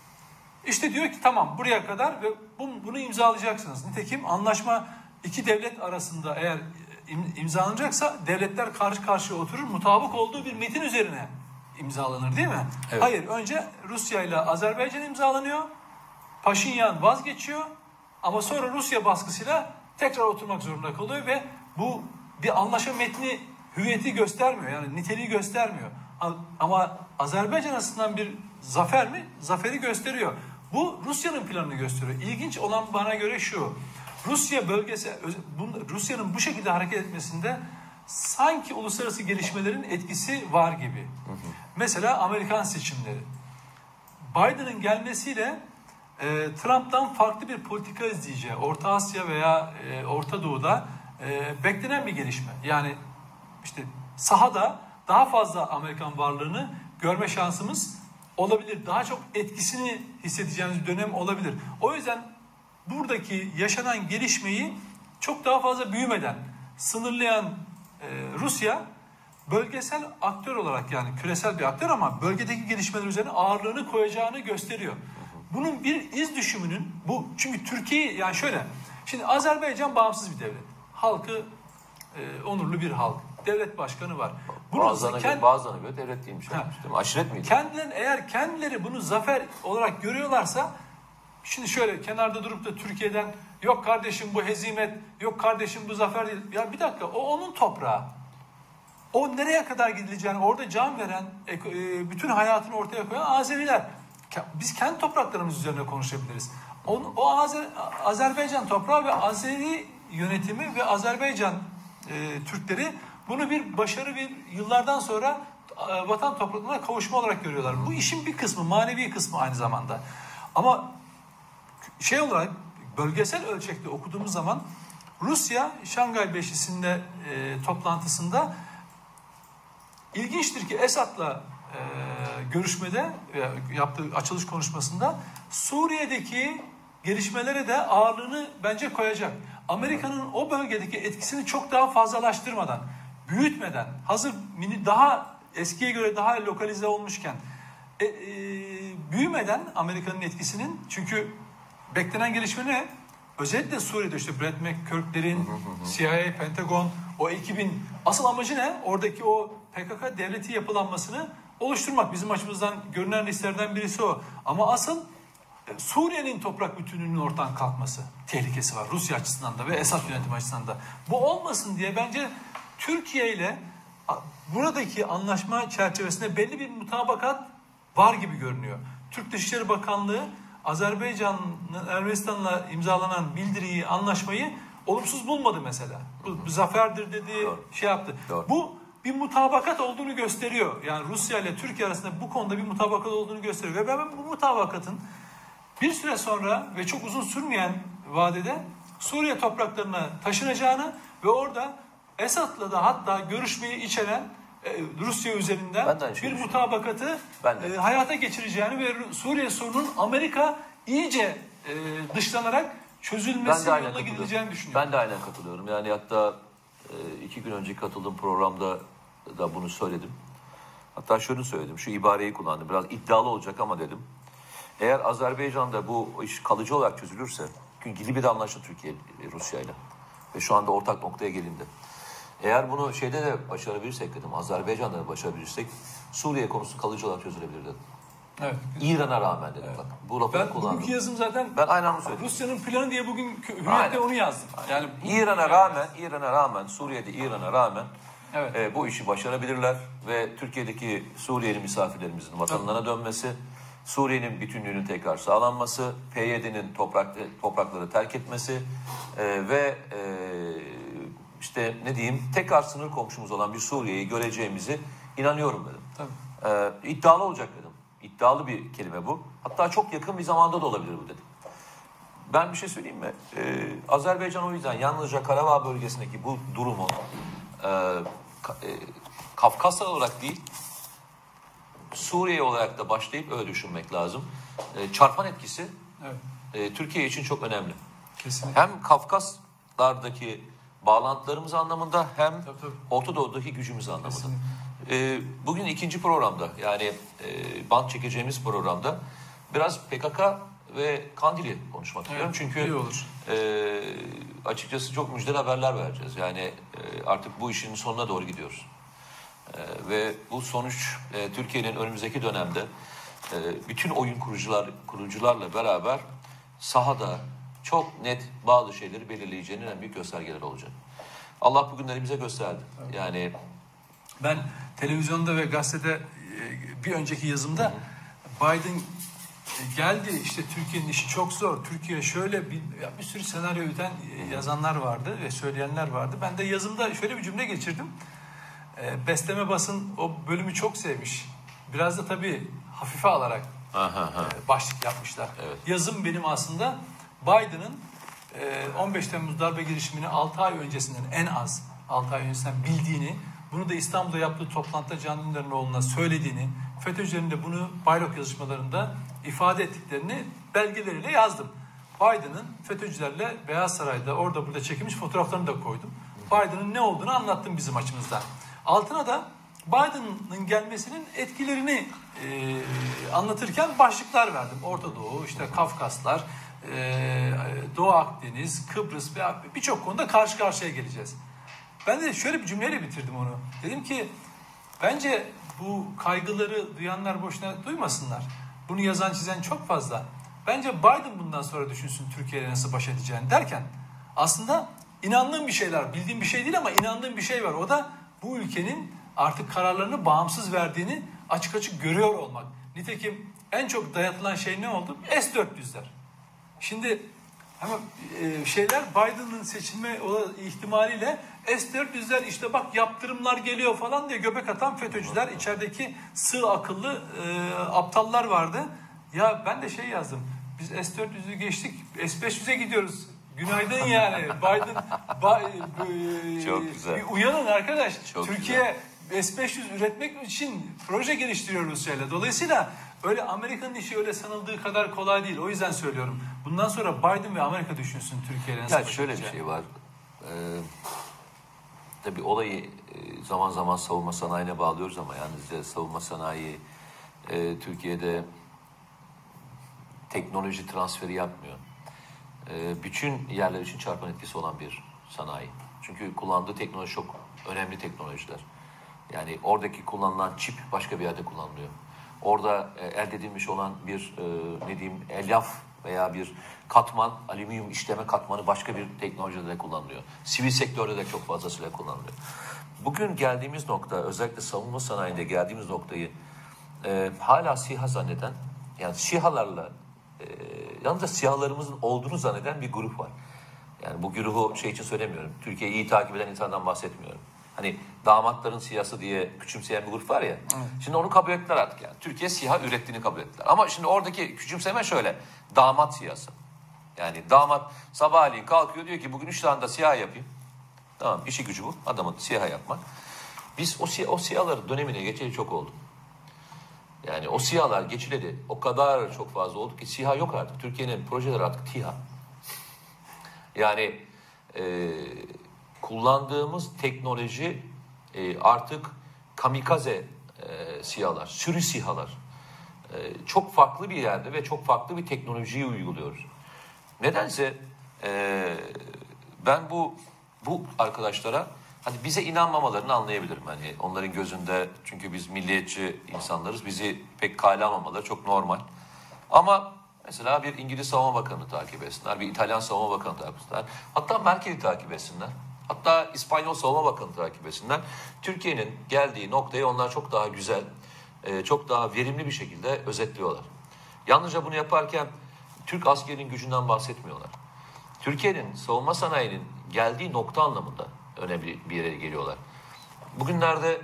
işte diyor ki tamam buraya kadar ve bunu imzalayacaksınız. Nitekim anlaşma iki devlet arasında eğer imzalanacaksa devletler karşı karşıya oturur, mutabık olduğu bir metin üzerine imzalanır değil mi? Evet. Hayır, önce Rusya ile Azerbaycan imzalanıyor. Paşinyan vazgeçiyor ama sonra Rusya baskısıyla tekrar oturmak zorunda kalıyor ve bu bir anlaşma metni hüviyeti göstermiyor. Yani niteliği göstermiyor. Ama Azerbaycan açısından bir zafer mi? Zaferi gösteriyor. Bu Rusya'nın planını gösteriyor. İlginç olan bana göre şu. Rusya bölgesi, Rusya'nın bu şekilde hareket etmesinde sanki uluslararası gelişmelerin etkisi var gibi. Hı hı. Mesela Amerikan seçimleri. Biden'ın gelmesiyle e, Trump'tan farklı bir politika izleyeceği Orta Asya veya e, Orta Doğu'da e, beklenen bir gelişme. Yani işte sahada daha fazla Amerikan varlığını görme şansımız olabilir. Daha çok etkisini hissedeceğimiz bir dönem olabilir. O yüzden buradaki yaşanan gelişmeyi çok daha fazla büyümeden sınırlayan e, Rusya bölgesel aktör olarak, yani küresel bir aktör ama bölgedeki gelişmeler üzerine ağırlığını koyacağını gösteriyor. Bunun bir iz düşümünün bu, çünkü Türkiye yani şöyle, şimdi Azerbaycan bağımsız bir devlet. Halkı e, onurlu bir halk. Devlet başkanı var. Bunu bazılarına, kend... göre, bazılarına göre devlet değilmiş. Ha. Değil mi? Aşiret miydi? Kendileri, eğer kendileri bunu zafer olarak görüyorlarsa, şimdi şöyle kenarda durup da Türkiye'den yok kardeşim bu hezimet, yok kardeşim bu zafer değil. Ya bir dakika, o onun toprağı. O nereye kadar gidileceğini orada can veren, bütün hayatını ortaya koyan Azeriler. Biz kendi topraklarımız üzerine konuşabiliriz. O, o Azer, Azerbaycan toprağı ve Azeri yönetimi ve Azerbaycan e, Türkleri bunu bir başarı, bir yıllardan sonra e, vatan topraklarına kavuşma olarak görüyorlar. Bu işin bir kısmı, manevi kısmı aynı zamanda. Ama şey olarak bölgesel ölçekte okuduğumuz zaman Rusya Şangay Beşlisi'nde e, toplantısında ilginçtir ki Esad'la e, görüşmede e, yaptığı açılış konuşmasında Suriye'deki gelişmelere de ağırlığını bence koyacak. Amerika'nın o bölgedeki etkisini çok daha fazlalaştırmadan, büyütmeden, hazır mini, daha eskiye göre daha lokalize olmuşken e, e, büyümeden Amerika'nın etkisinin, çünkü beklenen gelişme ne? Özellikle Suriye'de işte Brett McCurk'lerin, C I A, Pentagon, o ekibin asıl amacı ne? Oradaki o P K K devleti yapılanmasını oluşturmak. Bizim açımızdan görünen risklerden birisi o. Ama asıl Suriye'nin toprak bütünlüğünün ortadan kalkması tehlikesi var Rusya açısından da ve Esad yönetimi açısından da. Bu olmasın diye bence Türkiye ile buradaki anlaşma çerçevesinde belli bir mutabakat var gibi görünüyor. Türk Dışişleri Bakanlığı Azerbaycan'ın Ermenistan'la imzalanan bildiriyi, anlaşmayı olumsuz bulmadı mesela. Bu, bu zaferdir dedi, Doğru. şey yaptı. Doğru. Bu bir mutabakat olduğunu gösteriyor. Yani Rusya ile Türkiye arasında bu konuda bir mutabakat olduğunu gösteriyor. Ve ben bu mutabakatın bir süre sonra ve çok uzun sürmeyen vadede Suriye topraklarına taşınacağını ve orada Esad'la da hatta görüşmeyi içeren e, Rusya üzerinden bir mutabakatı e, hayata geçireceğini ve Suriye sorunun Amerika iyice e, dışlanarak çözülmesi yoluna gidileceğini düşünüyorum. Ben de aynen katılıyorum. Yani hatta e, iki gün önce katıldığım programda da bunu söyledim. Hatta şunu söyledim, şu ibareyi kullandım. Biraz iddialı olacak ama dedim. Eğer Azerbaycan'da bu iş kalıcı olarak çözülürse, çünkü Libya'da anlaştı Türkiye Rusya ile ve şu anda ortak noktaya gelindi. Eğer bunu şeyde de başarabilirsek dedim, Azerbaycan'da da başarabilirsek Suriye konusu kalıcı olarak çözülebilir dedim. Evet. İran'a rağmen dedim evet. Bak. Bu lafı ben kullandım. Bugünkü yazım zaten ben aynı anda söyledim. Rusya'nın planı diye bugün Hürriyet'te onu yazdım. Yani İran'a rağmen, İran'a rağmen, Suriye'de İran'a rağmen evet. e, bu işi başarabilirler ve Türkiye'deki Suriyeli misafirlerimizin vatanlarına evet. dönmesi, Suriye'nin bütünlüğünün tekrar sağlanması, P Y D'nin toprak, toprakları terk etmesi e, ve e, işte ne diyeyim tekrar sınır komşumuz olan bir Suriye'yi göreceğimizi inanıyorum dedim. Tabii. E, iddialı olacak dedim. İddialı bir kelime bu. Hatta çok yakın bir zamanda da olabilir bu dedim. Ben bir şey söyleyeyim mi? Ee, Azerbaycan o yüzden yalnızca Karabağ bölgesindeki bu durumu e, ka, e, Kafkasya olarak değil, Suriye olarak da başlayıp öyle düşünmek lazım. E, çarpan etkisi evet. e, Türkiye için çok önemli. Kesinlikle. Hem Kafkaslardaki bağlantılarımız anlamında hem tabii, tabii. Orta Doğu'daki gücümüz anlamında. E, bugün ikinci programda yani e, band çekeceğimiz programda biraz P K K ve Kandil'i konuşmak istiyorum. Evet, çünkü iyi olur. E, açıkçası çok müjdeli haberler vereceğiz. Yani e, artık bu işin sonuna doğru gidiyoruz. E, ve bu sonuç e, Türkiye'nin önümüzdeki dönemde e, bütün oyun kurucular kurucularla beraber sahada çok net bazı şeyleri belirleyeceğinin en büyük göstergeleri olacak. Allah bugünleri bize gösterdi. Evet. Yani ben televizyonda ve gazetede bir önceki yazımda hı hı. Biden geldi işte Türkiye'nin işi çok zor. Türkiye şöyle bir, bir sürü senaryo üreten yazanlar vardı ve söyleyenler vardı. Ben de yazımda şöyle bir cümle geçirdim. E, besleme basın o bölümü çok sevmiş. Biraz da tabii hafife alarak aha, aha. E, başlık yapmışlar. Evet. Yazım benim aslında Biden'ın e, on beş Temmuz darbe girişimini altı ay öncesinden en az altı ay öncesinden bildiğini, bunu da İstanbul'da yaptığı toplantıda Can Dündaroğlu'na söylediğini, FETÖ'cülerin de bunu Baylok yazışmalarında ifade ettiklerini belgeleriyle yazdım. Biden'ın FETÖ'cülerle Beyaz Saray'da orada burada çekilmiş fotoğraflarını da koydum. Biden'ın ne olduğunu anlattım bizim açımızdan. Altına da Biden'ın gelmesinin etkilerini e, anlatırken başlıklar verdim. Orta Doğu, işte Kafkaslar, e, Doğu Akdeniz, Kıbrıs ve birçok konuda karşı karşıya geleceğiz. Ben de şöyle bir cümleyle bitirdim onu. Dedim ki bence bu kaygıları duyanlar boşuna duymasınlar. Bunu yazan çizen çok fazla. Bence Biden bundan sonra düşünsün Türkiye'yle nasıl baş edeceğini derken aslında inandığım bir şeyler, bildiğim bir şey değil ama inandığım bir şey var. O da bu ülkenin artık kararlarını bağımsız verdiğini açık açık görüyor olmak. Nitekim en çok dayatılan şey ne oldu? S dört yüzler. Şimdi ama e, şeyler Biden'ın seçilme ihtimaliyle S dört yüzler işte bak yaptırımlar geliyor falan diye göbek atan FETÖ'cüler, içerideki sığ akıllı e, aptallar vardı. Ya ben de şey yazdım. Biz S dört yüzü geçtik. S beş yüze gidiyoruz. Günaydın yani. Biden ba, e, çok güzel. Bir uyanın arkadaş. Çok Türkiye güzel. S beş yüz üretmek için proje geliştiriyor Rusya'yla. Dolayısıyla öyle Amerika'nın işi öyle sanıldığı kadar kolay değil. O yüzden söylüyorum. Bundan sonra Biden ve Amerika düşünsün Türkiye'yle nasıl. Ya şöyle bir şey var. Ee, tabii olayı e, zaman zaman savunma sanayine bağlıyoruz ama yalnızca savunma sanayi e, Türkiye'de teknoloji transferi yapmıyor. E, bütün yerler için çarpan etkisi olan bir sanayi. Çünkü kullandığı teknoloji çok önemli teknolojiler. Yani oradaki kullanılan çip başka bir yerde kullanılıyor. Orada e, elde edilmiş olan bir e, ne diyeyim elyaf veya bir katman, alüminyum işleme katmanı başka bir teknolojide de kullanılıyor. Sivil sektörde de çok fazlasıyla kullanılıyor. Bugün geldiğimiz nokta, özellikle savunma sanayinde geldiğimiz noktayı e, hala SİHA zanneden, yani SİHA'larla e, yalnızca SİHA'larımızın olduğunu zanneden bir grup var. Yani bu güruhu şey için söylemiyorum. Türkiye'yi iyi takip eden insandan bahsetmiyorum. Hani damatların siyası diye küçümseyen bir grup var ya. Evet. Şimdi onu kabul ettiler artık yani. Türkiye SİHA ürettiğini kabul ettiler. Ama şimdi oradaki küçümseme şöyle. Damat siyası. Yani damat sabahleyin kalkıyor diyor ki bugün üç tane de SİHA yapayım. Tamam, işi gücü bu. Adamın SİHA yapmak. Biz o, o SİHA'ların dönemine geçeli çok oldu. Yani o SİHA'lar geçileli o kadar çok fazla oldu ki SİHA yok artık. Türkiye'nin projeleri artık TİHA. Yani e, kullandığımız teknoloji e, artık kamikaze e, SİHA'lar, sürü SİHA'lar. E, çok farklı bir yerde ve çok farklı bir teknolojiyi uyguluyoruz. Nedense e, ben bu bu arkadaşlara Hani bize inanmamalarını anlayabilirim. Hani onların gözünde, çünkü biz milliyetçi insanlarız, bizi pek kale almamaları çok normal. Ama mesela bir İngiliz Savunma Bakanı'nı takip etsinler, bir İtalyan Savunma Bakanı'nı takip etsinler, hatta Merkel'i takip etsinler, hatta İspanyol Savunma Bakanı'nı takip etsinler. Türkiye'nin geldiği noktayı onlar çok daha güzel, çok daha verimli bir şekilde özetliyorlar. Yalnızca bunu yaparken Türk askerinin gücünden bahsetmiyorlar. Türkiye'nin savunma sanayinin geldiği nokta anlamında önemli bir yere geliyorlar. Bugünlerde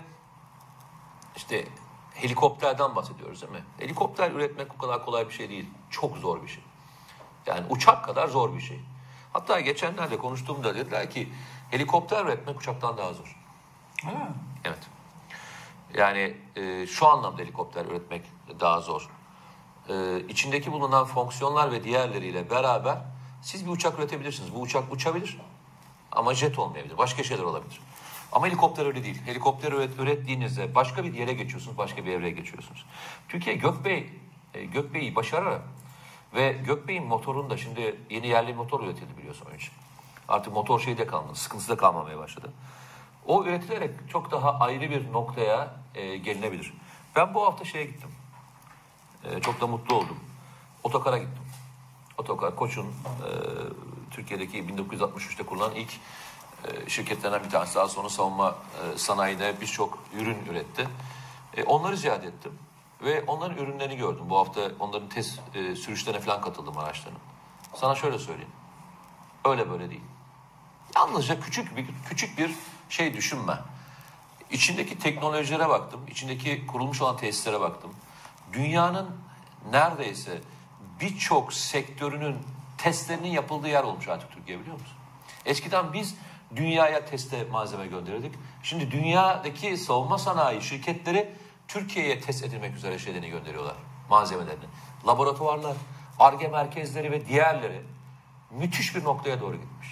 işte helikopterden bahsediyoruz değil mi? Helikopter üretmek o kadar kolay bir şey değil. Çok zor bir şey. Yani uçak kadar zor bir şey. Hatta geçenlerde konuştuğumda dediler ki helikopter üretmek uçaktan daha zor. Ha. Evet. Yani e, şu anlamda helikopter üretmek daha zor. E, içindeki bulunan fonksiyonlar ve diğerleriyle beraber siz bir uçak üretebilirsiniz. Bu uçak uçabilir ama jet olmayabilir. Başka şeyler olabilir. Ama helikopter öyle değil. Helikopter üret, ürettiğinizde başka bir yere geçiyorsunuz, başka bir evreye geçiyorsunuz. Türkiye Gökbey, e, Gökbey'i başararak ve Gökbey'in motorunda şimdi yeni yerli motor üretildi biliyorsun onun için. Artık motor şeyi de kalmadı, sıkıntısı da kalmamaya başladı. O üretilerek çok daha ayrı bir noktaya e, gelinebilir. Ben bu hafta şeye gittim. E, çok da mutlu oldum. Otokara gittim. Otokar, Koç'un e, Türkiye'deki bin dokuz yüz altmış üçte kurulan ilk e, şirketlerinden bir tanesi. Daha sonra savunma e, sanayide birçok ürün üretti. E, onları ziyaret ettim. Ve onların ürünlerini gördüm. Bu hafta onların test e, sürüşlerine falan katıldım, araçlarının. Sana şöyle söyleyeyim. Öyle böyle değil. Yalnızca küçük bir küçük bir şey düşünme. İçindeki teknolojilere baktım. İçindeki kurulmuş olan tesislere baktım. Dünyanın neredeyse birçok sektörünün testlerinin yapıldığı yer olmuş artık Türkiye, biliyor musun? Eskiden biz dünyaya teste malzeme gönderirdik. Şimdi dünyadaki savunma sanayi şirketleri Türkiye'ye test edilmek üzere şeylerini gönderiyorlar, malzemelerini. Laboratuvarlar, Ar-Ge merkezleri ve diğerleri müthiş bir noktaya doğru gitmiş.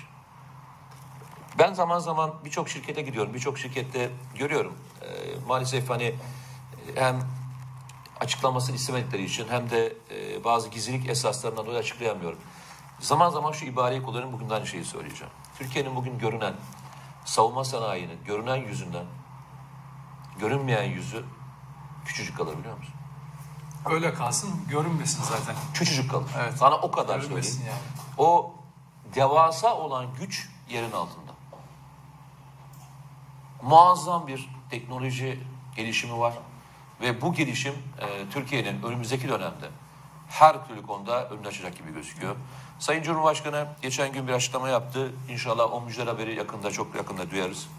Ben zaman zaman birçok şirkete gidiyorum, birçok şirkette görüyorum. Ee, maalesef hani hem açıklamasını istemedikleri için hem de e, bazı gizlilik esaslarından dolayı açıklayamıyorum. Zaman zaman şu ibareyi kullanıyorum, bugün de aynı şeyi söyleyeceğim. Türkiye'nin bugün görünen savunma sanayinin görünen yüzünden görünmeyen yüzü küçücük kalır, biliyor musun? Öyle kalsın, görünmesin zaten. Küçücük kalır. Evet. Sana o kadar Görünmesin söyleyeyim. yani. O devasa olan güç yerin altında. Muazzam bir teknoloji gelişimi var. Ve bu gelişim e, Türkiye'nin önümüzdeki dönemde her türlü konuda önünü açacak gibi gözüküyor. Sayın Cumhurbaşkanı geçen gün bir açıklama yaptı. İnşallah o müjdeler haberi yakında, çok yakında duyarız.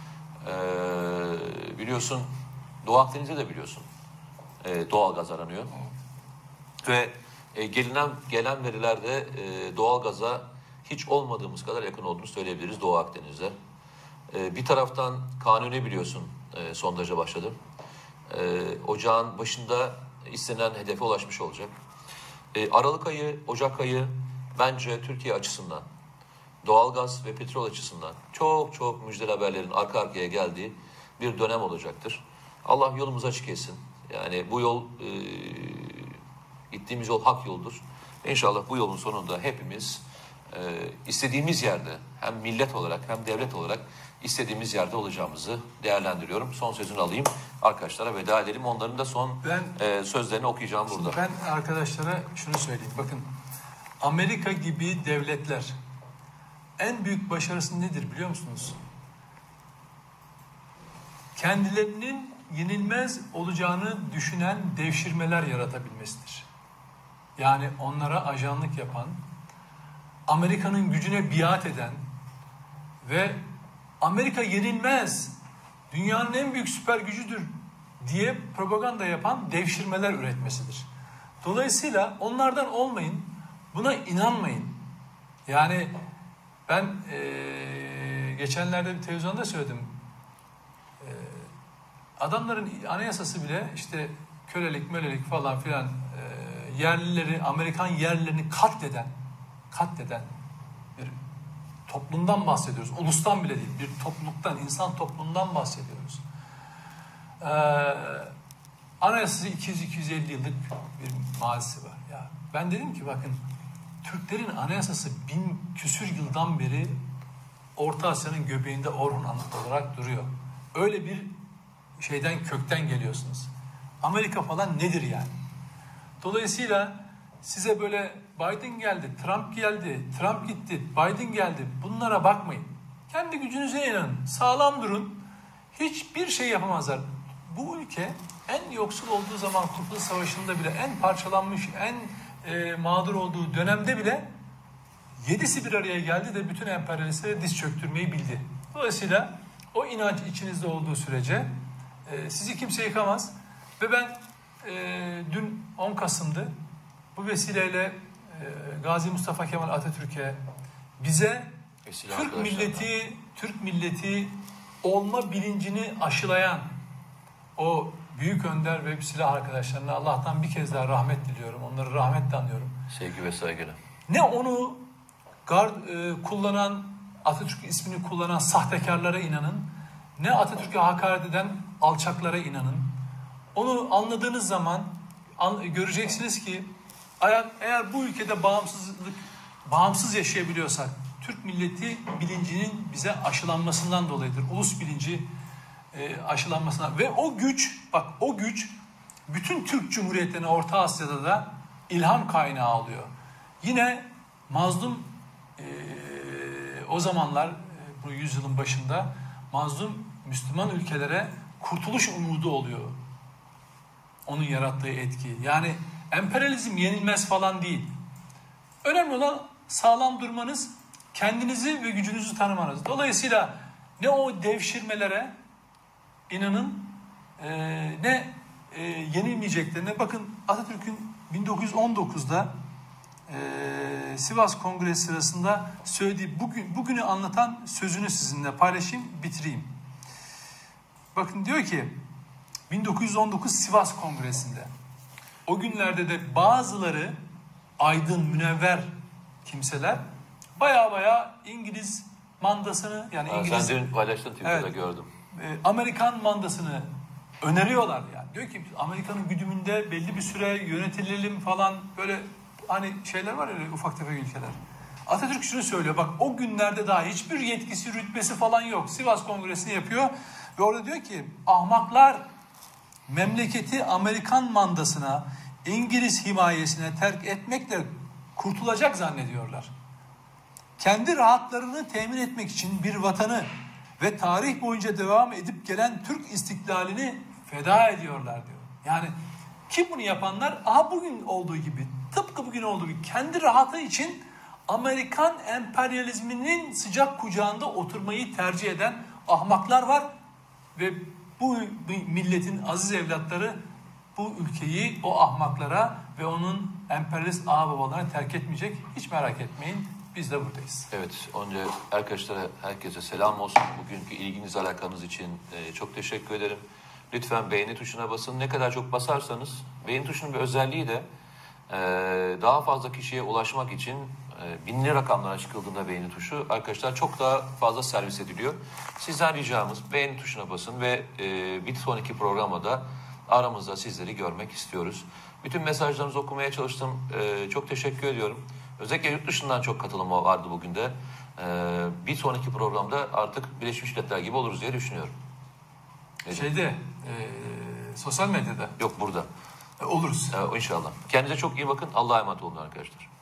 Ee, biliyorsun Doğu Akdeniz'de de biliyorsun e, doğalgaz aranıyor. Ve e, gelinen gelen verilerde e, doğalgaza hiç olmadığımız kadar yakın olduğunu söyleyebiliriz Doğu Akdeniz'de. E, bir taraftan Kanuni biliyorsun e, sondaja başladı. E, ocağın başında istenen hedefe ulaşmış olacak. E, Aralık ayı, Ocak ayı bence Türkiye açısından, doğalgaz ve petrol açısından çok çok müjdeli haberlerin arka arkaya geldiği bir dönem olacaktır. Allah yolumuzu açık etsin. Yani bu yol, e, gittiğimiz yol hak yoldur. İnşallah bu yolun sonunda hepimiz e, istediğimiz yerde, hem millet olarak hem devlet olarak istediğimiz yerde olacağımızı değerlendiriyorum. Son sözünü alayım. Arkadaşlara veda edelim. Onların da son ben, e, sözlerini okuyacağım burada. Ben arkadaşlara şunu söyleyeyim. Bakın, Amerika gibi devletler en büyük başarısı nedir biliyor musunuz? Kendilerinin yenilmez olacağını düşünen devşirmeler yaratabilmesidir. Yani onlara ajanlık yapan, Amerika'nın gücüne biat eden ve Amerika yenilmez, dünyanın en büyük süper gücüdür diye propaganda yapan devşirmeler üretmesidir. Dolayısıyla onlardan olmayın, buna inanmayın. Yani ben ee, geçenlerde bir televizyonda söyledim. E, adamların anayasası bile işte kölelik, mölelik falan filan e, yerlileri, Amerikan yerlilerini katleden, katleden bir toplumdan bahsediyoruz. Ulustan bile değil, bir topluluktan, insan topluluğundan bahsediyoruz. Ee, anayasası iki yüz iki yüz elli yıllık bir mazisi var. Ya ben dedim ki bakın, Türklerin anayasası bin küsür yıldan beri Orta Asya'nın göbeğinde Orhun Anıtı olarak duruyor. Öyle bir şeyden, kökten geliyorsunuz. Amerika falan nedir yani? Dolayısıyla size böyle Biden geldi, Trump geldi, Trump gitti, Biden geldi. Bunlara bakmayın. Kendi gücünüze inanın. Sağlam durun. Hiçbir şey yapamazlar. Bu ülke en yoksul olduğu zaman Kurtuluş Savaşı'nda bile, en parçalanmış, en e, mağdur olduğu dönemde bile yedisi bir araya geldi de bütün emperyalistlere diz çöktürmeyi bildi. Dolayısıyla o inanç içinizde olduğu sürece e, sizi kimse yıkamaz. Ve ben e, dün on Kasım'dı. Bu vesileyle e, Gazi Mustafa Kemal Atatürk'e, bize Vesile Türk milleti, Türk milleti olma bilincini aşılayan o büyük önder ve silah arkadaşlarına Allah'tan bir kez daha rahmet diliyorum. Onları rahmetle anıyorum. Sevgi ve saygıyla. Ne onu gard, e, kullanan, Atatürk ismini kullanan sahtekarlara inanın, ne Atatürk'e hakaret eden alçaklara inanın. Onu anladığınız zaman an, göreceksiniz ki eğer, eğer bu ülkede bağımsızlık, bağımsız yaşayabiliyorsak, Türk milleti bilincinin bize aşılanmasından dolayıdır. Ulus bilinci e, aşılanmasından. Ve o güç, bak o güç bütün Türk Cumhuriyetlerine Orta Asya'da da ilham kaynağı oluyor. Yine mazlum e, o zamanlar e, bu yüzyılın başında mazlum Müslüman ülkelere kurtuluş umudu oluyor. Onun yarattığı etki. Yani emperyalizm yenilmez falan değil. Önemli olan sağlam durmanız, kendinizi ve gücünüzü tanımanız. Dolayısıyla ne o devşirmelere inanın, e, ne e, yenilmeyeceklerine. Bakın Atatürk'ün bin dokuz yüz on dokuzda e, Sivas Kongresi sırasında söylediği bugün bugünü anlatan sözünü sizinle paylaşayım, bitireyim. Bakın diyor ki bin dokuz yüz on dokuz Sivas Kongresi'nde o günlerde de bazıları aydın, münevver kimseler baya baya İngiliz mandasını, yani Ha, İngiliz, sen dün paylaştın Twitter'da, evet, gördüm. e, Amerikan mandasını öneriyorlar yani. Diyor ki Amerika'nın güdümünde belli bir süre yönetilelim falan, böyle hani şeyler var öyle ufak tefek ülkeler. Atatürk şunu söylüyor, bak o günlerde daha hiçbir yetkisi, rütbesi falan yok. Sivas Kongresi'ni yapıyor ve orada diyor ki ahmaklar memleketi Amerikan mandasına, İngiliz himayesine terk etmekle kurtulacak zannediyorlar. Kendi rahatlarını temin etmek için bir vatanı ve tarih boyunca devam edip gelen Türk istiklalini feda ediyorlar diyor. Yani kim bunu yapanlar? Aha bugün olduğu gibi, tıpkı bugün olduğu gibi kendi rahatı için Amerikan emperyalizminin sıcak kucağında oturmayı tercih eden ahmaklar var ve bu milletin aziz evlatları bu ülkeyi o ahmaklara ve onun emperyalist ağababalarına terk etmeyecek. Hiç merak etmeyin. Biz de buradayız. Evet, önce arkadaşlara, herkese selam olsun. Bugünkü ilginiz, alakanız için e, çok teşekkür ederim. Lütfen beğeni tuşuna basın. Ne kadar çok basarsanız, beğeni tuşunun bir özelliği de e, daha fazla kişiye ulaşmak için e, binli rakamlara çıkıldığında beğeni tuşu arkadaşlar çok daha fazla servis ediliyor. Sizden ricamız beğeni tuşuna basın ve e, bir sonraki programda da aramızda sizleri görmek istiyoruz. Bütün mesajlarınızı okumaya çalıştım. E, çok teşekkür ediyorum. Özellikle yurt dışından çok katılım vardı bugün de. Ee, bir sonraki programda artık Birleşmiş Milletler gibi oluruz diye düşünüyorum. Ne Şeyde, e, sosyal medyada. Yok, burada. E, oluruz. Ee, inşallah. Kendinize çok iyi bakın. Allah'a emanet olun arkadaşlar.